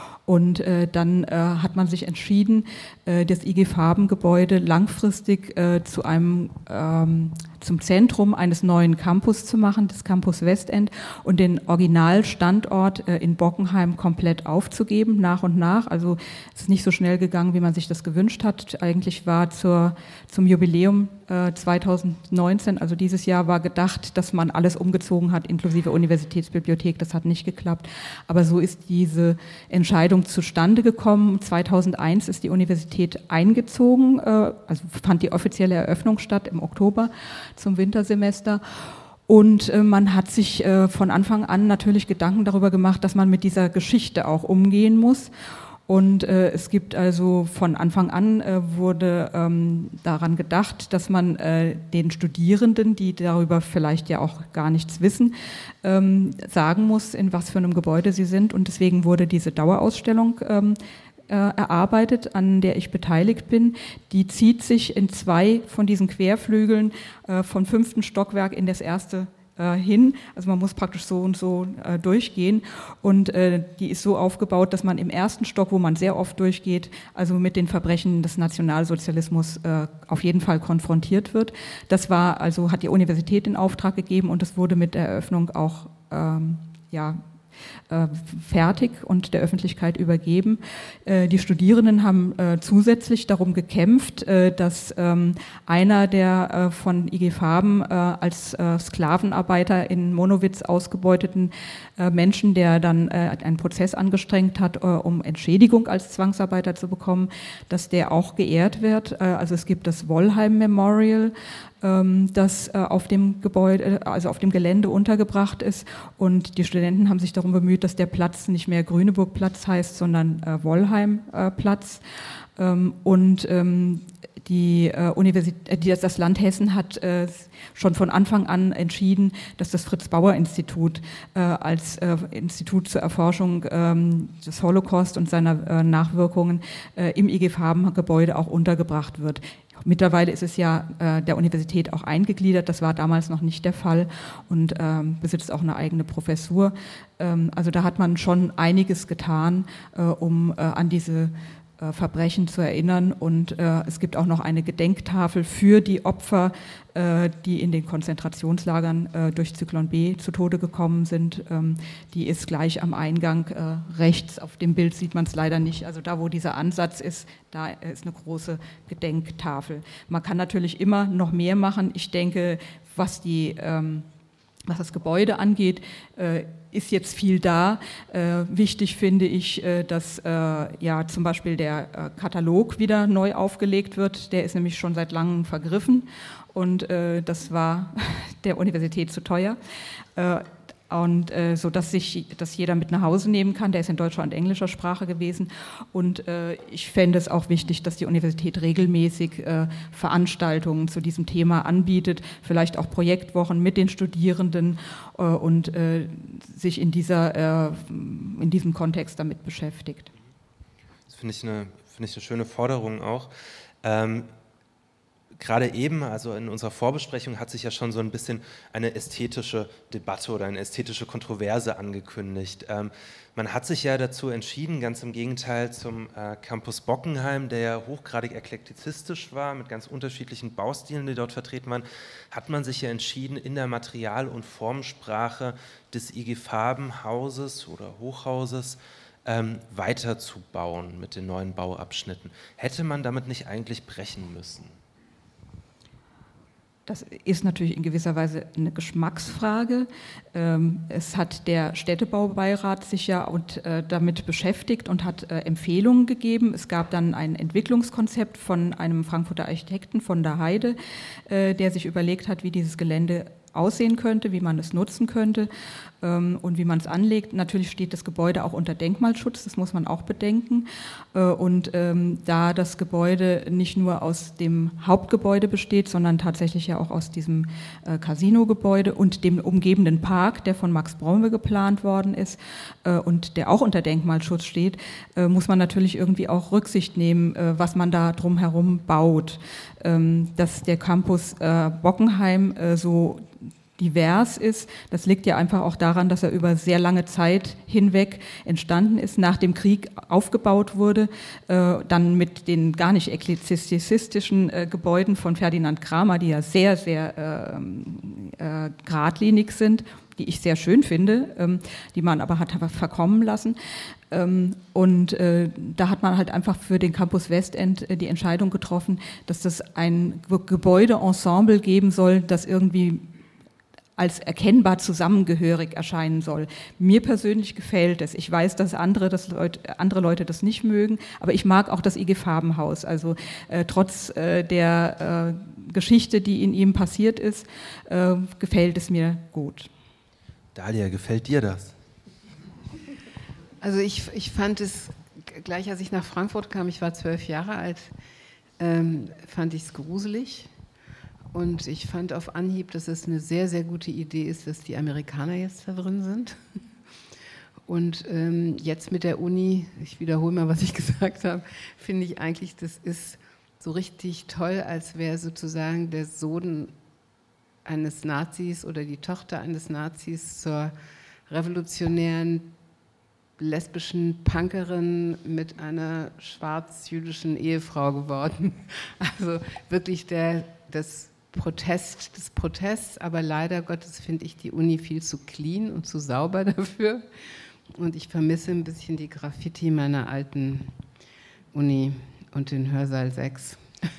Und äh, dann äh, hat man sich entschieden, äh, das I G Farben-Gebäude langfristig äh, zu einem, ähm, zum Zentrum eines neuen Campus zu machen, des Campus Westend, und den Originalstandort äh, in Bockenheim komplett aufzugeben, nach und nach. Also es ist nicht so schnell gegangen, wie man sich das gewünscht hat. Eigentlich war zur, zum Jubiläum äh, zweitausendneunzehn, also dieses Jahr, war gedacht, dass man alles umgezogen hat, inklusive Universitätsbibliothek. Das hat nicht geklappt. Aber so ist diese Entscheidung zustande gekommen. zweitausendeins ist die Universität eingezogen, äh, also fand die offizielle Eröffnung statt im Oktober zum Wintersemester. Und äh, man hat sich äh, von Anfang an natürlich Gedanken darüber gemacht, dass man mit dieser Geschichte auch umgehen muss. Und äh, es gibt also von Anfang an äh, wurde ähm, daran gedacht, dass man äh, den Studierenden, die darüber vielleicht ja auch gar nichts wissen, ähm, sagen muss, in was für einem Gebäude sie sind. Und deswegen wurde diese Dauerausstellung ähm, äh, erarbeitet, an der ich beteiligt bin. Die zieht sich in zwei von diesen Querflügeln äh, vom fünften Stockwerk in das erste hin, also man muss praktisch so und so äh, durchgehen und äh, die ist so aufgebaut, dass man im ersten Stock, wo man sehr oft durchgeht, also mit den Verbrechen des Nationalsozialismus äh, auf jeden Fall konfrontiert wird. Das war, also hat die Universität in Auftrag gegeben und das wurde mit der Eröffnung auch ähm, ja, äh, fertig und der Öffentlichkeit übergeben. Äh, die Studierenden haben äh, zusätzlich darum gekämpft, äh, dass ähm, einer der äh, von I G Farben äh, als äh, Sklavenarbeiter in Monowitz ausgebeuteten äh, Menschen, der dann äh, einen Prozess angestrengt hat, äh, um Entschädigung als Zwangsarbeiter zu bekommen, dass der auch geehrt wird. Äh, also es gibt das Wollheim Memorial, das auf dem Gebäude, also auf dem Gelände untergebracht ist, und die Studenten haben sich darum bemüht, dass der Platz nicht mehr Grüneburg-Platz heißt, sondern äh, Wollheim-Platz. Ähm, und ähm, die äh, Universität, die, das Land Hessen hat äh, schon von Anfang an entschieden, dass das Fritz-Bauer-Institut äh, als äh, Institut zur Erforschung ähm, des Holocaust und seiner äh, Nachwirkungen äh, im I G Farben-Gebäude auch untergebracht wird. Mittlerweile ist es ja äh, der Universität auch eingegliedert, das war damals noch nicht der Fall, und ähm, besitzt auch eine eigene Professur. Ähm, also da hat man schon einiges getan, äh, um äh, an diese äh, Verbrechen zu erinnern. Und äh, es gibt auch noch eine Gedenktafel für die Opfer, äh, die in den Konzentrationslagern äh, durch Zyklon B zu Tode gekommen sind. Ähm, die ist gleich am Eingang äh, rechts. Auf dem Bild sieht man es leider nicht. Also da, wo dieser Ansatz ist, da ist eine große Gedenktafel. Man kann natürlich immer noch mehr machen. Ich denke, was die ähm, was das Gebäude angeht, äh, ist jetzt viel da. Äh, wichtig finde ich, äh, dass äh, ja zum Beispiel der äh, Katalog wieder neu aufgelegt wird. Der ist nämlich schon seit langem vergriffen und äh, das war der Universität zu teuer. Äh, Und äh, so, dass sich, dass jeder mit nach Hause nehmen kann. Der ist in deutscher und englischer Sprache gewesen. Und äh, ich fände es auch wichtig, dass die Universität regelmäßig äh, Veranstaltungen zu diesem Thema anbietet, vielleicht auch Projektwochen mit den Studierenden äh, und äh, sich in dieser, äh, in diesem Kontext damit beschäftigt. Das finde ich eine, finde ich eine schöne Forderung auch. Ähm, Gerade eben, also in unserer Vorbesprechung, hat sich ja schon so ein bisschen eine ästhetische Debatte oder eine ästhetische Kontroverse angekündigt. Ähm, man hat sich ja dazu entschieden, ganz im Gegenteil zum äh, Campus Bockenheim, der ja hochgradig eklektizistisch war, mit ganz unterschiedlichen Baustilen, die dort vertreten waren, hat man sich ja entschieden, in der Material- und Formsprache des I G Farbenhauses oder Hochhauses ähm, weiterzubauen mit den neuen Bauabschnitten. Hätte man damit nicht eigentlich brechen müssen? Das ist natürlich in gewisser Weise eine Geschmacksfrage. Es hat der Städtebaubeirat sich ja und, äh, damit beschäftigt und hat äh, Empfehlungen gegeben. Es gab dann ein Entwicklungskonzept von einem Frankfurter Architekten von der Heide, äh, der sich überlegt hat, wie dieses Gelände aussehen könnte, wie man es nutzen könnte ähm, und wie man es anlegt. Natürlich steht das Gebäude auch unter Denkmalschutz, das muss man auch bedenken. Äh, und ähm, da das Gebäude nicht nur aus dem Hauptgebäude besteht, sondern tatsächlich ja auch aus diesem äh, Casino-Gebäude und dem umgebenden Park, der von Max Braume geplant worden ist äh, und der auch unter Denkmalschutz steht, äh, muss man natürlich irgendwie auch Rücksicht nehmen, äh, was man da drumherum baut. Ähm, dass der Campus äh, Bockenheim äh, so divers ist. Das liegt ja einfach auch daran, dass er über sehr lange Zeit hinweg entstanden ist, nach dem Krieg aufgebaut wurde, äh, dann mit den gar nicht eklektizistischen äh, Gebäuden von Ferdinand Kramer, die ja sehr, sehr äh, äh, geradlinig sind, die ich sehr schön finde, ähm, die man aber hat verkommen lassen. Ähm, und äh, da hat man halt einfach für den Campus Westend äh, die Entscheidung getroffen, dass das ein Gebäudeensemble geben soll, das irgendwie als erkennbar zusammengehörig erscheinen soll. Mir persönlich gefällt es. Ich weiß, dass andere, das Leute, andere Leute das nicht mögen, aber ich mag auch das I G Farbenhaus. Also äh, trotz äh, der äh, Geschichte, die in ihm passiert ist, äh, gefällt es mir gut. Dalia, gefällt dir das? Also ich, ich fand es, gleich als ich nach Frankfurt kam, ich war zwölf Jahre alt, ähm, fand ich es gruselig. Und ich fand auf Anhieb, dass es eine sehr, sehr gute Idee ist, dass die Amerikaner jetzt da drin sind. Und ähm, jetzt mit der Uni, ich wiederhole mal, was ich gesagt habe, finde ich eigentlich, das ist so richtig toll, als wäre sozusagen der Sohn eines Nazis oder die Tochter eines Nazis zur revolutionären lesbischen Punkerin mit einer schwarz-jüdischen Ehefrau geworden. Also wirklich der, das Protest des Protests, aber leider Gottes finde ich die Uni viel zu clean und zu sauber dafür. Und ich vermisse ein bisschen die Graffiti meiner alten Uni und den Hörsaal sechs.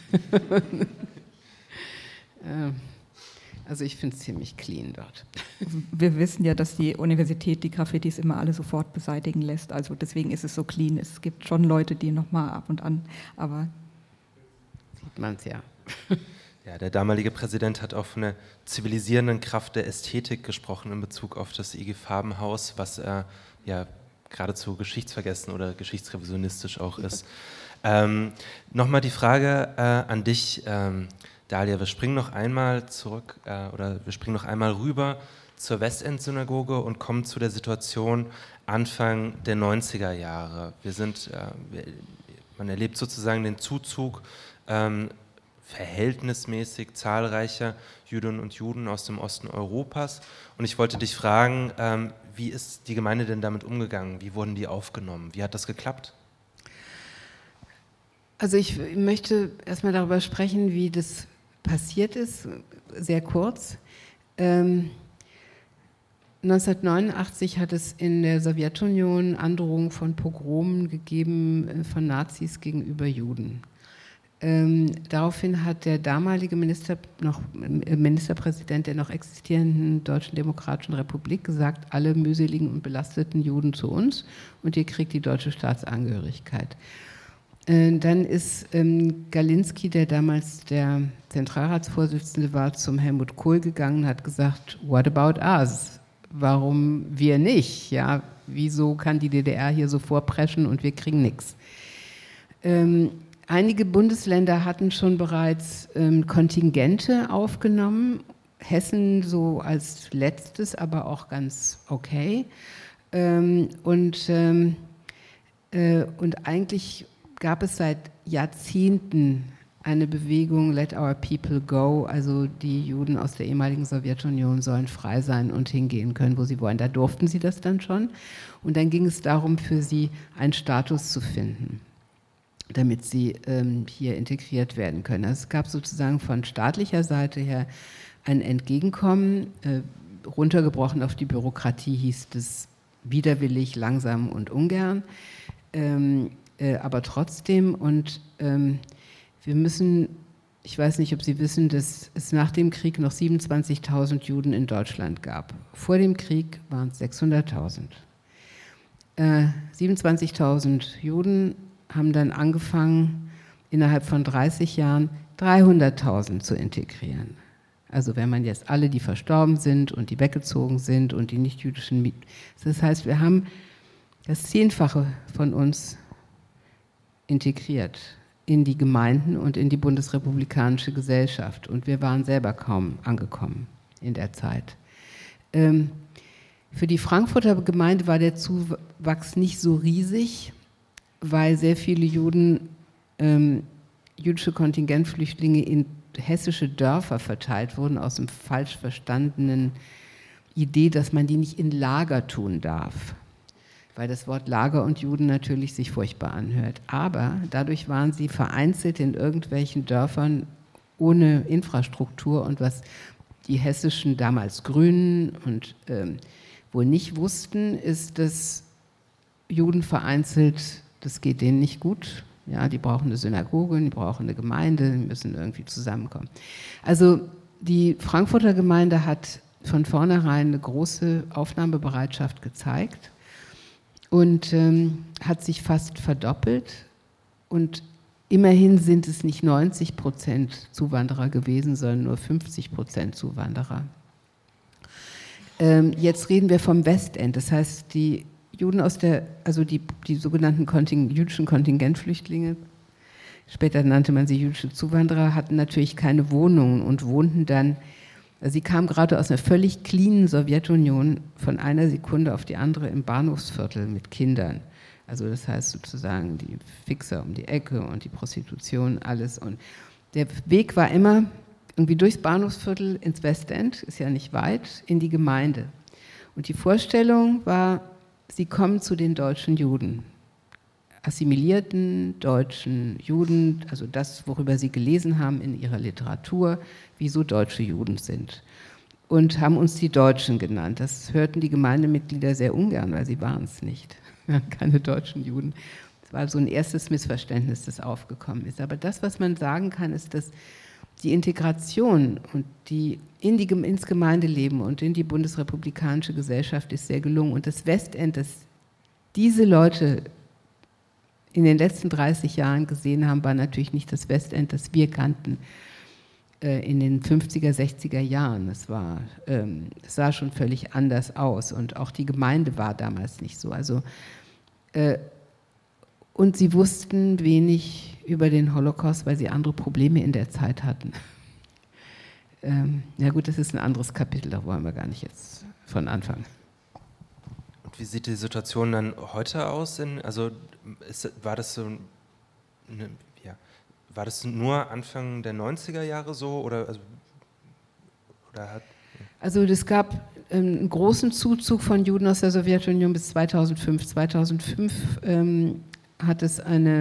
Also ich finde es ziemlich clean dort. Wir wissen ja, dass die Universität die Graffitis immer alle sofort beseitigen lässt. Also deswegen ist es so clean. Es gibt schon Leute, die nochmal ab und an, aber... Sieht man es ja. Ja, der damalige Präsident hat auch von der zivilisierenden Kraft der Ästhetik gesprochen in Bezug auf das I G Farbenhaus, was äh, ja geradezu geschichtsvergessen oder geschichtsrevisionistisch auch ist. Ähm, Nochmal die Frage äh, an dich, ähm, Dalia, wir springen noch einmal zurück äh, oder wir springen noch einmal rüber zur Westend-Synagoge und kommen zu der Situation Anfang der neunziger Jahre. Wir sind, äh, wir, man erlebt sozusagen den Zuzug ähm, verhältnismäßig zahlreicher Jüdinnen und Juden aus dem Osten Europas. Und ich wollte dich fragen, ähm, wie ist die Gemeinde denn damit umgegangen? Wie wurden die aufgenommen? Wie hat das geklappt? Also ich möchte erstmal darüber sprechen, wie das passiert ist, sehr kurz. Ähm, neunzehnhundertneunundachtzig hat es in der Sowjetunion Androhungen von Pogromen gegeben äh, von Nazis gegenüber Juden. Ähm, daraufhin hat der damalige Minister, noch, äh, Ministerpräsident der noch existierenden Deutschen Demokratischen Republik gesagt, alle mühseligen und belasteten Juden zu uns und ihr kriegt die deutsche Staatsangehörigkeit. Äh, dann ist ähm, Galinski, der damals der Zentralratsvorsitzende war, zum Helmut Kohl gegangen und hat gesagt, what about us? Warum wir nicht? Ja, wieso kann die D D R hier so vorpreschen und wir kriegen nichts? Ähm, Einige Bundesländer hatten schon bereits ähm, Kontingente aufgenommen, Hessen so als letztes, aber auch ganz okay. Ähm, und, ähm, äh, und eigentlich gab es seit Jahrzehnten eine Bewegung Let Our People Go, also die Juden aus der ehemaligen Sowjetunion sollen frei sein und hingehen können, wo sie wollen. Da durften sie das dann schon. Und dann ging es darum, für sie einen Status zu finden, damit sie ähm, hier integriert werden können. Also es gab sozusagen von staatlicher Seite her ein Entgegenkommen, äh, runtergebrochen auf die Bürokratie hieß es widerwillig, langsam und ungern, ähm, äh, aber trotzdem. Und ähm, wir müssen, ich weiß nicht, ob Sie wissen, dass es nach dem Krieg noch siebenundzwanzigtausend Juden in Deutschland gab. Vor dem Krieg waren es sechshunderttausend. Äh, siebenundzwanzigtausend Juden haben dann angefangen, innerhalb von dreißig Jahren dreihunderttausend zu integrieren. Also wenn man jetzt alle, die verstorben sind und die weggezogen sind und die nicht-jüdischen Mieten. Das heißt, wir haben das Zehnfache von uns integriert in die Gemeinden und in die bundesrepublikanische Gesellschaft. Und wir waren selber kaum angekommen in der Zeit. Ähm, für die Frankfurter Gemeinde war der Zuwachs nicht so riesig, weil sehr viele Juden, ähm, jüdische Kontingentflüchtlinge in hessische Dörfer verteilt wurden, aus dem falsch verstandenen Idee, dass man die nicht in Lager tun darf, weil das Wort Lager und Juden natürlich sich furchtbar anhört. Aber dadurch waren sie vereinzelt in irgendwelchen Dörfern ohne Infrastruktur und was die hessischen damals Grünen und ähm, wohl nicht wussten, ist, dass Juden vereinzelt, das geht denen nicht gut. Ja, die brauchen eine Synagoge, die brauchen eine Gemeinde, die müssen irgendwie zusammenkommen. Also die Frankfurter Gemeinde hat von vornherein eine große Aufnahmebereitschaft gezeigt und ähm, hat sich fast verdoppelt. Und immerhin sind es nicht neunzig Prozent Zuwanderer gewesen, sondern nur fünfzig Prozent Zuwanderer. Ähm, jetzt reden wir vom Westend, das heißt, die Juden aus der, also die, die sogenannten Konting, jüdischen Kontingentflüchtlinge, später nannte man sie jüdische Zuwanderer, hatten natürlich keine Wohnungen und wohnten dann, also sie kamen gerade aus einer völlig cleanen Sowjetunion von einer Sekunde auf die andere im Bahnhofsviertel mit Kindern. Also das heißt sozusagen die Fixer um die Ecke und die Prostitution, alles. Und der Weg war immer irgendwie durchs Bahnhofsviertel ins Westend, ist ja nicht weit, in die Gemeinde. Und die Vorstellung war, sie kommen zu den deutschen Juden, assimilierten deutschen Juden, also das, worüber sie gelesen haben in ihrer Literatur, wieso deutsche Juden sind. Und haben uns die Deutschen genannt. Das hörten die Gemeindemitglieder sehr ungern, weil sie waren es nicht. Wir waren keine deutschen Juden. Das war so ein erstes Missverständnis, das aufgekommen ist. Aber das, was man sagen kann, ist, dass die Integration und die in die, ins Gemeindeleben und in die bundesrepublikanische Gesellschaft ist sehr gelungen. Und das Westend, das diese Leute in den letzten dreißig Jahren gesehen haben, war natürlich nicht das Westend, das wir kannten äh, in den fünfziger, sechziger Jahren. Es war, ähm, es sah schon völlig anders aus und auch die Gemeinde war damals nicht so. Also, äh, und sie wussten wenig über den Holocaust, weil sie andere Probleme in der Zeit hatten. Ähm, ja gut, das ist ein anderes Kapitel, da wollen wir gar nicht jetzt von anfangen. Und wie sieht die Situation dann heute aus? In, also ist, war das so, eine, ja, war das nur Anfang der neunziger Jahre so oder, also, oder hat? Also es gab einen großen Zuzug von Juden aus der Sowjetunion bis zweitausendfünf. zweitausendfünf ähm, hat es eine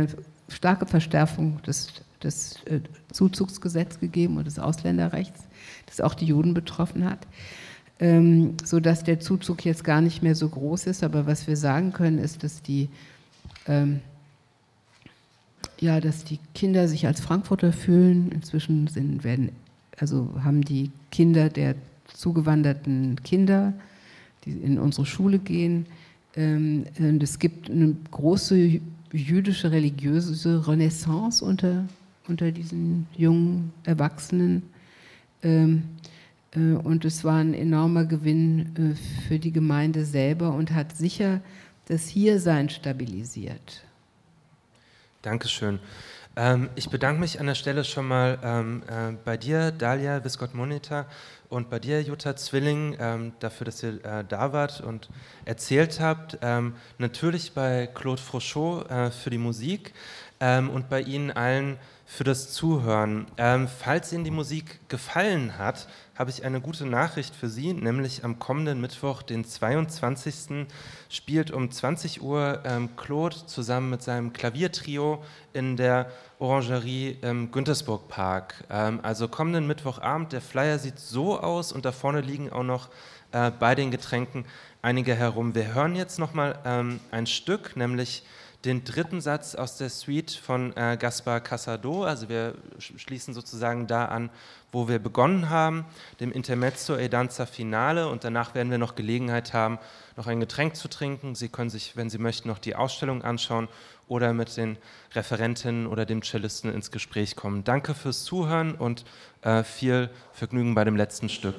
starke Verstärkung des, des äh, Zuzugsgesetzes gegeben und des Ausländerrechts, das auch die Juden betroffen hat, ähm, sodass der Zuzug jetzt gar nicht mehr so groß ist. Aber was wir sagen können, ist, dass die, ähm, ja, dass die Kinder sich als Frankfurter fühlen. Inzwischen sind, werden, also haben die Kinder der zugewanderten Kinder, die in unsere Schule gehen, ähm, und es gibt eine große jüdische religiöse Renaissance unter, unter diesen jungen Erwachsenen. Ähm, äh, und es war ein enormer Gewinn äh, für die Gemeinde selber und hat sicher das Hiersein stabilisiert. Dankeschön. Ähm, ich bedanke mich an der Stelle schon mal ähm, äh, bei dir, Dalia Viscott-Moneta, und bei dir, Jutta Zwilling, ähm, dafür, dass ihr äh, da wart und erzählt habt. Ähm, natürlich bei Claude Frochot äh, für die Musik ähm, und bei Ihnen allen für das Zuhören. Ähm, falls Ihnen die Musik gefallen hat, habe ich eine gute Nachricht für Sie, nämlich am kommenden Mittwoch, den zweiundzwanzigsten spielt um zwanzig Uhr ähm, Claude zusammen mit seinem Klaviertrio in der Orangerie im Güntersburg Park. Ähm, also kommenden Mittwochabend, der Flyer sieht so aus und da vorne liegen auch noch äh, bei den Getränken einige herum. Wir hören jetzt nochmal ähm, ein Stück, nämlich den dritten Satz aus der Suite von äh, Gaspar Casado. Also wir schließen sozusagen da an, wo wir begonnen haben, dem Intermezzo e Danza Finale, und danach werden wir noch Gelegenheit haben, noch ein Getränk zu trinken. Sie können sich, wenn Sie möchten, noch die Ausstellung anschauen oder mit den Referentinnen oder dem Cellisten ins Gespräch kommen. Danke fürs Zuhören und äh, viel Vergnügen bei dem letzten Stück.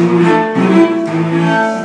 Musik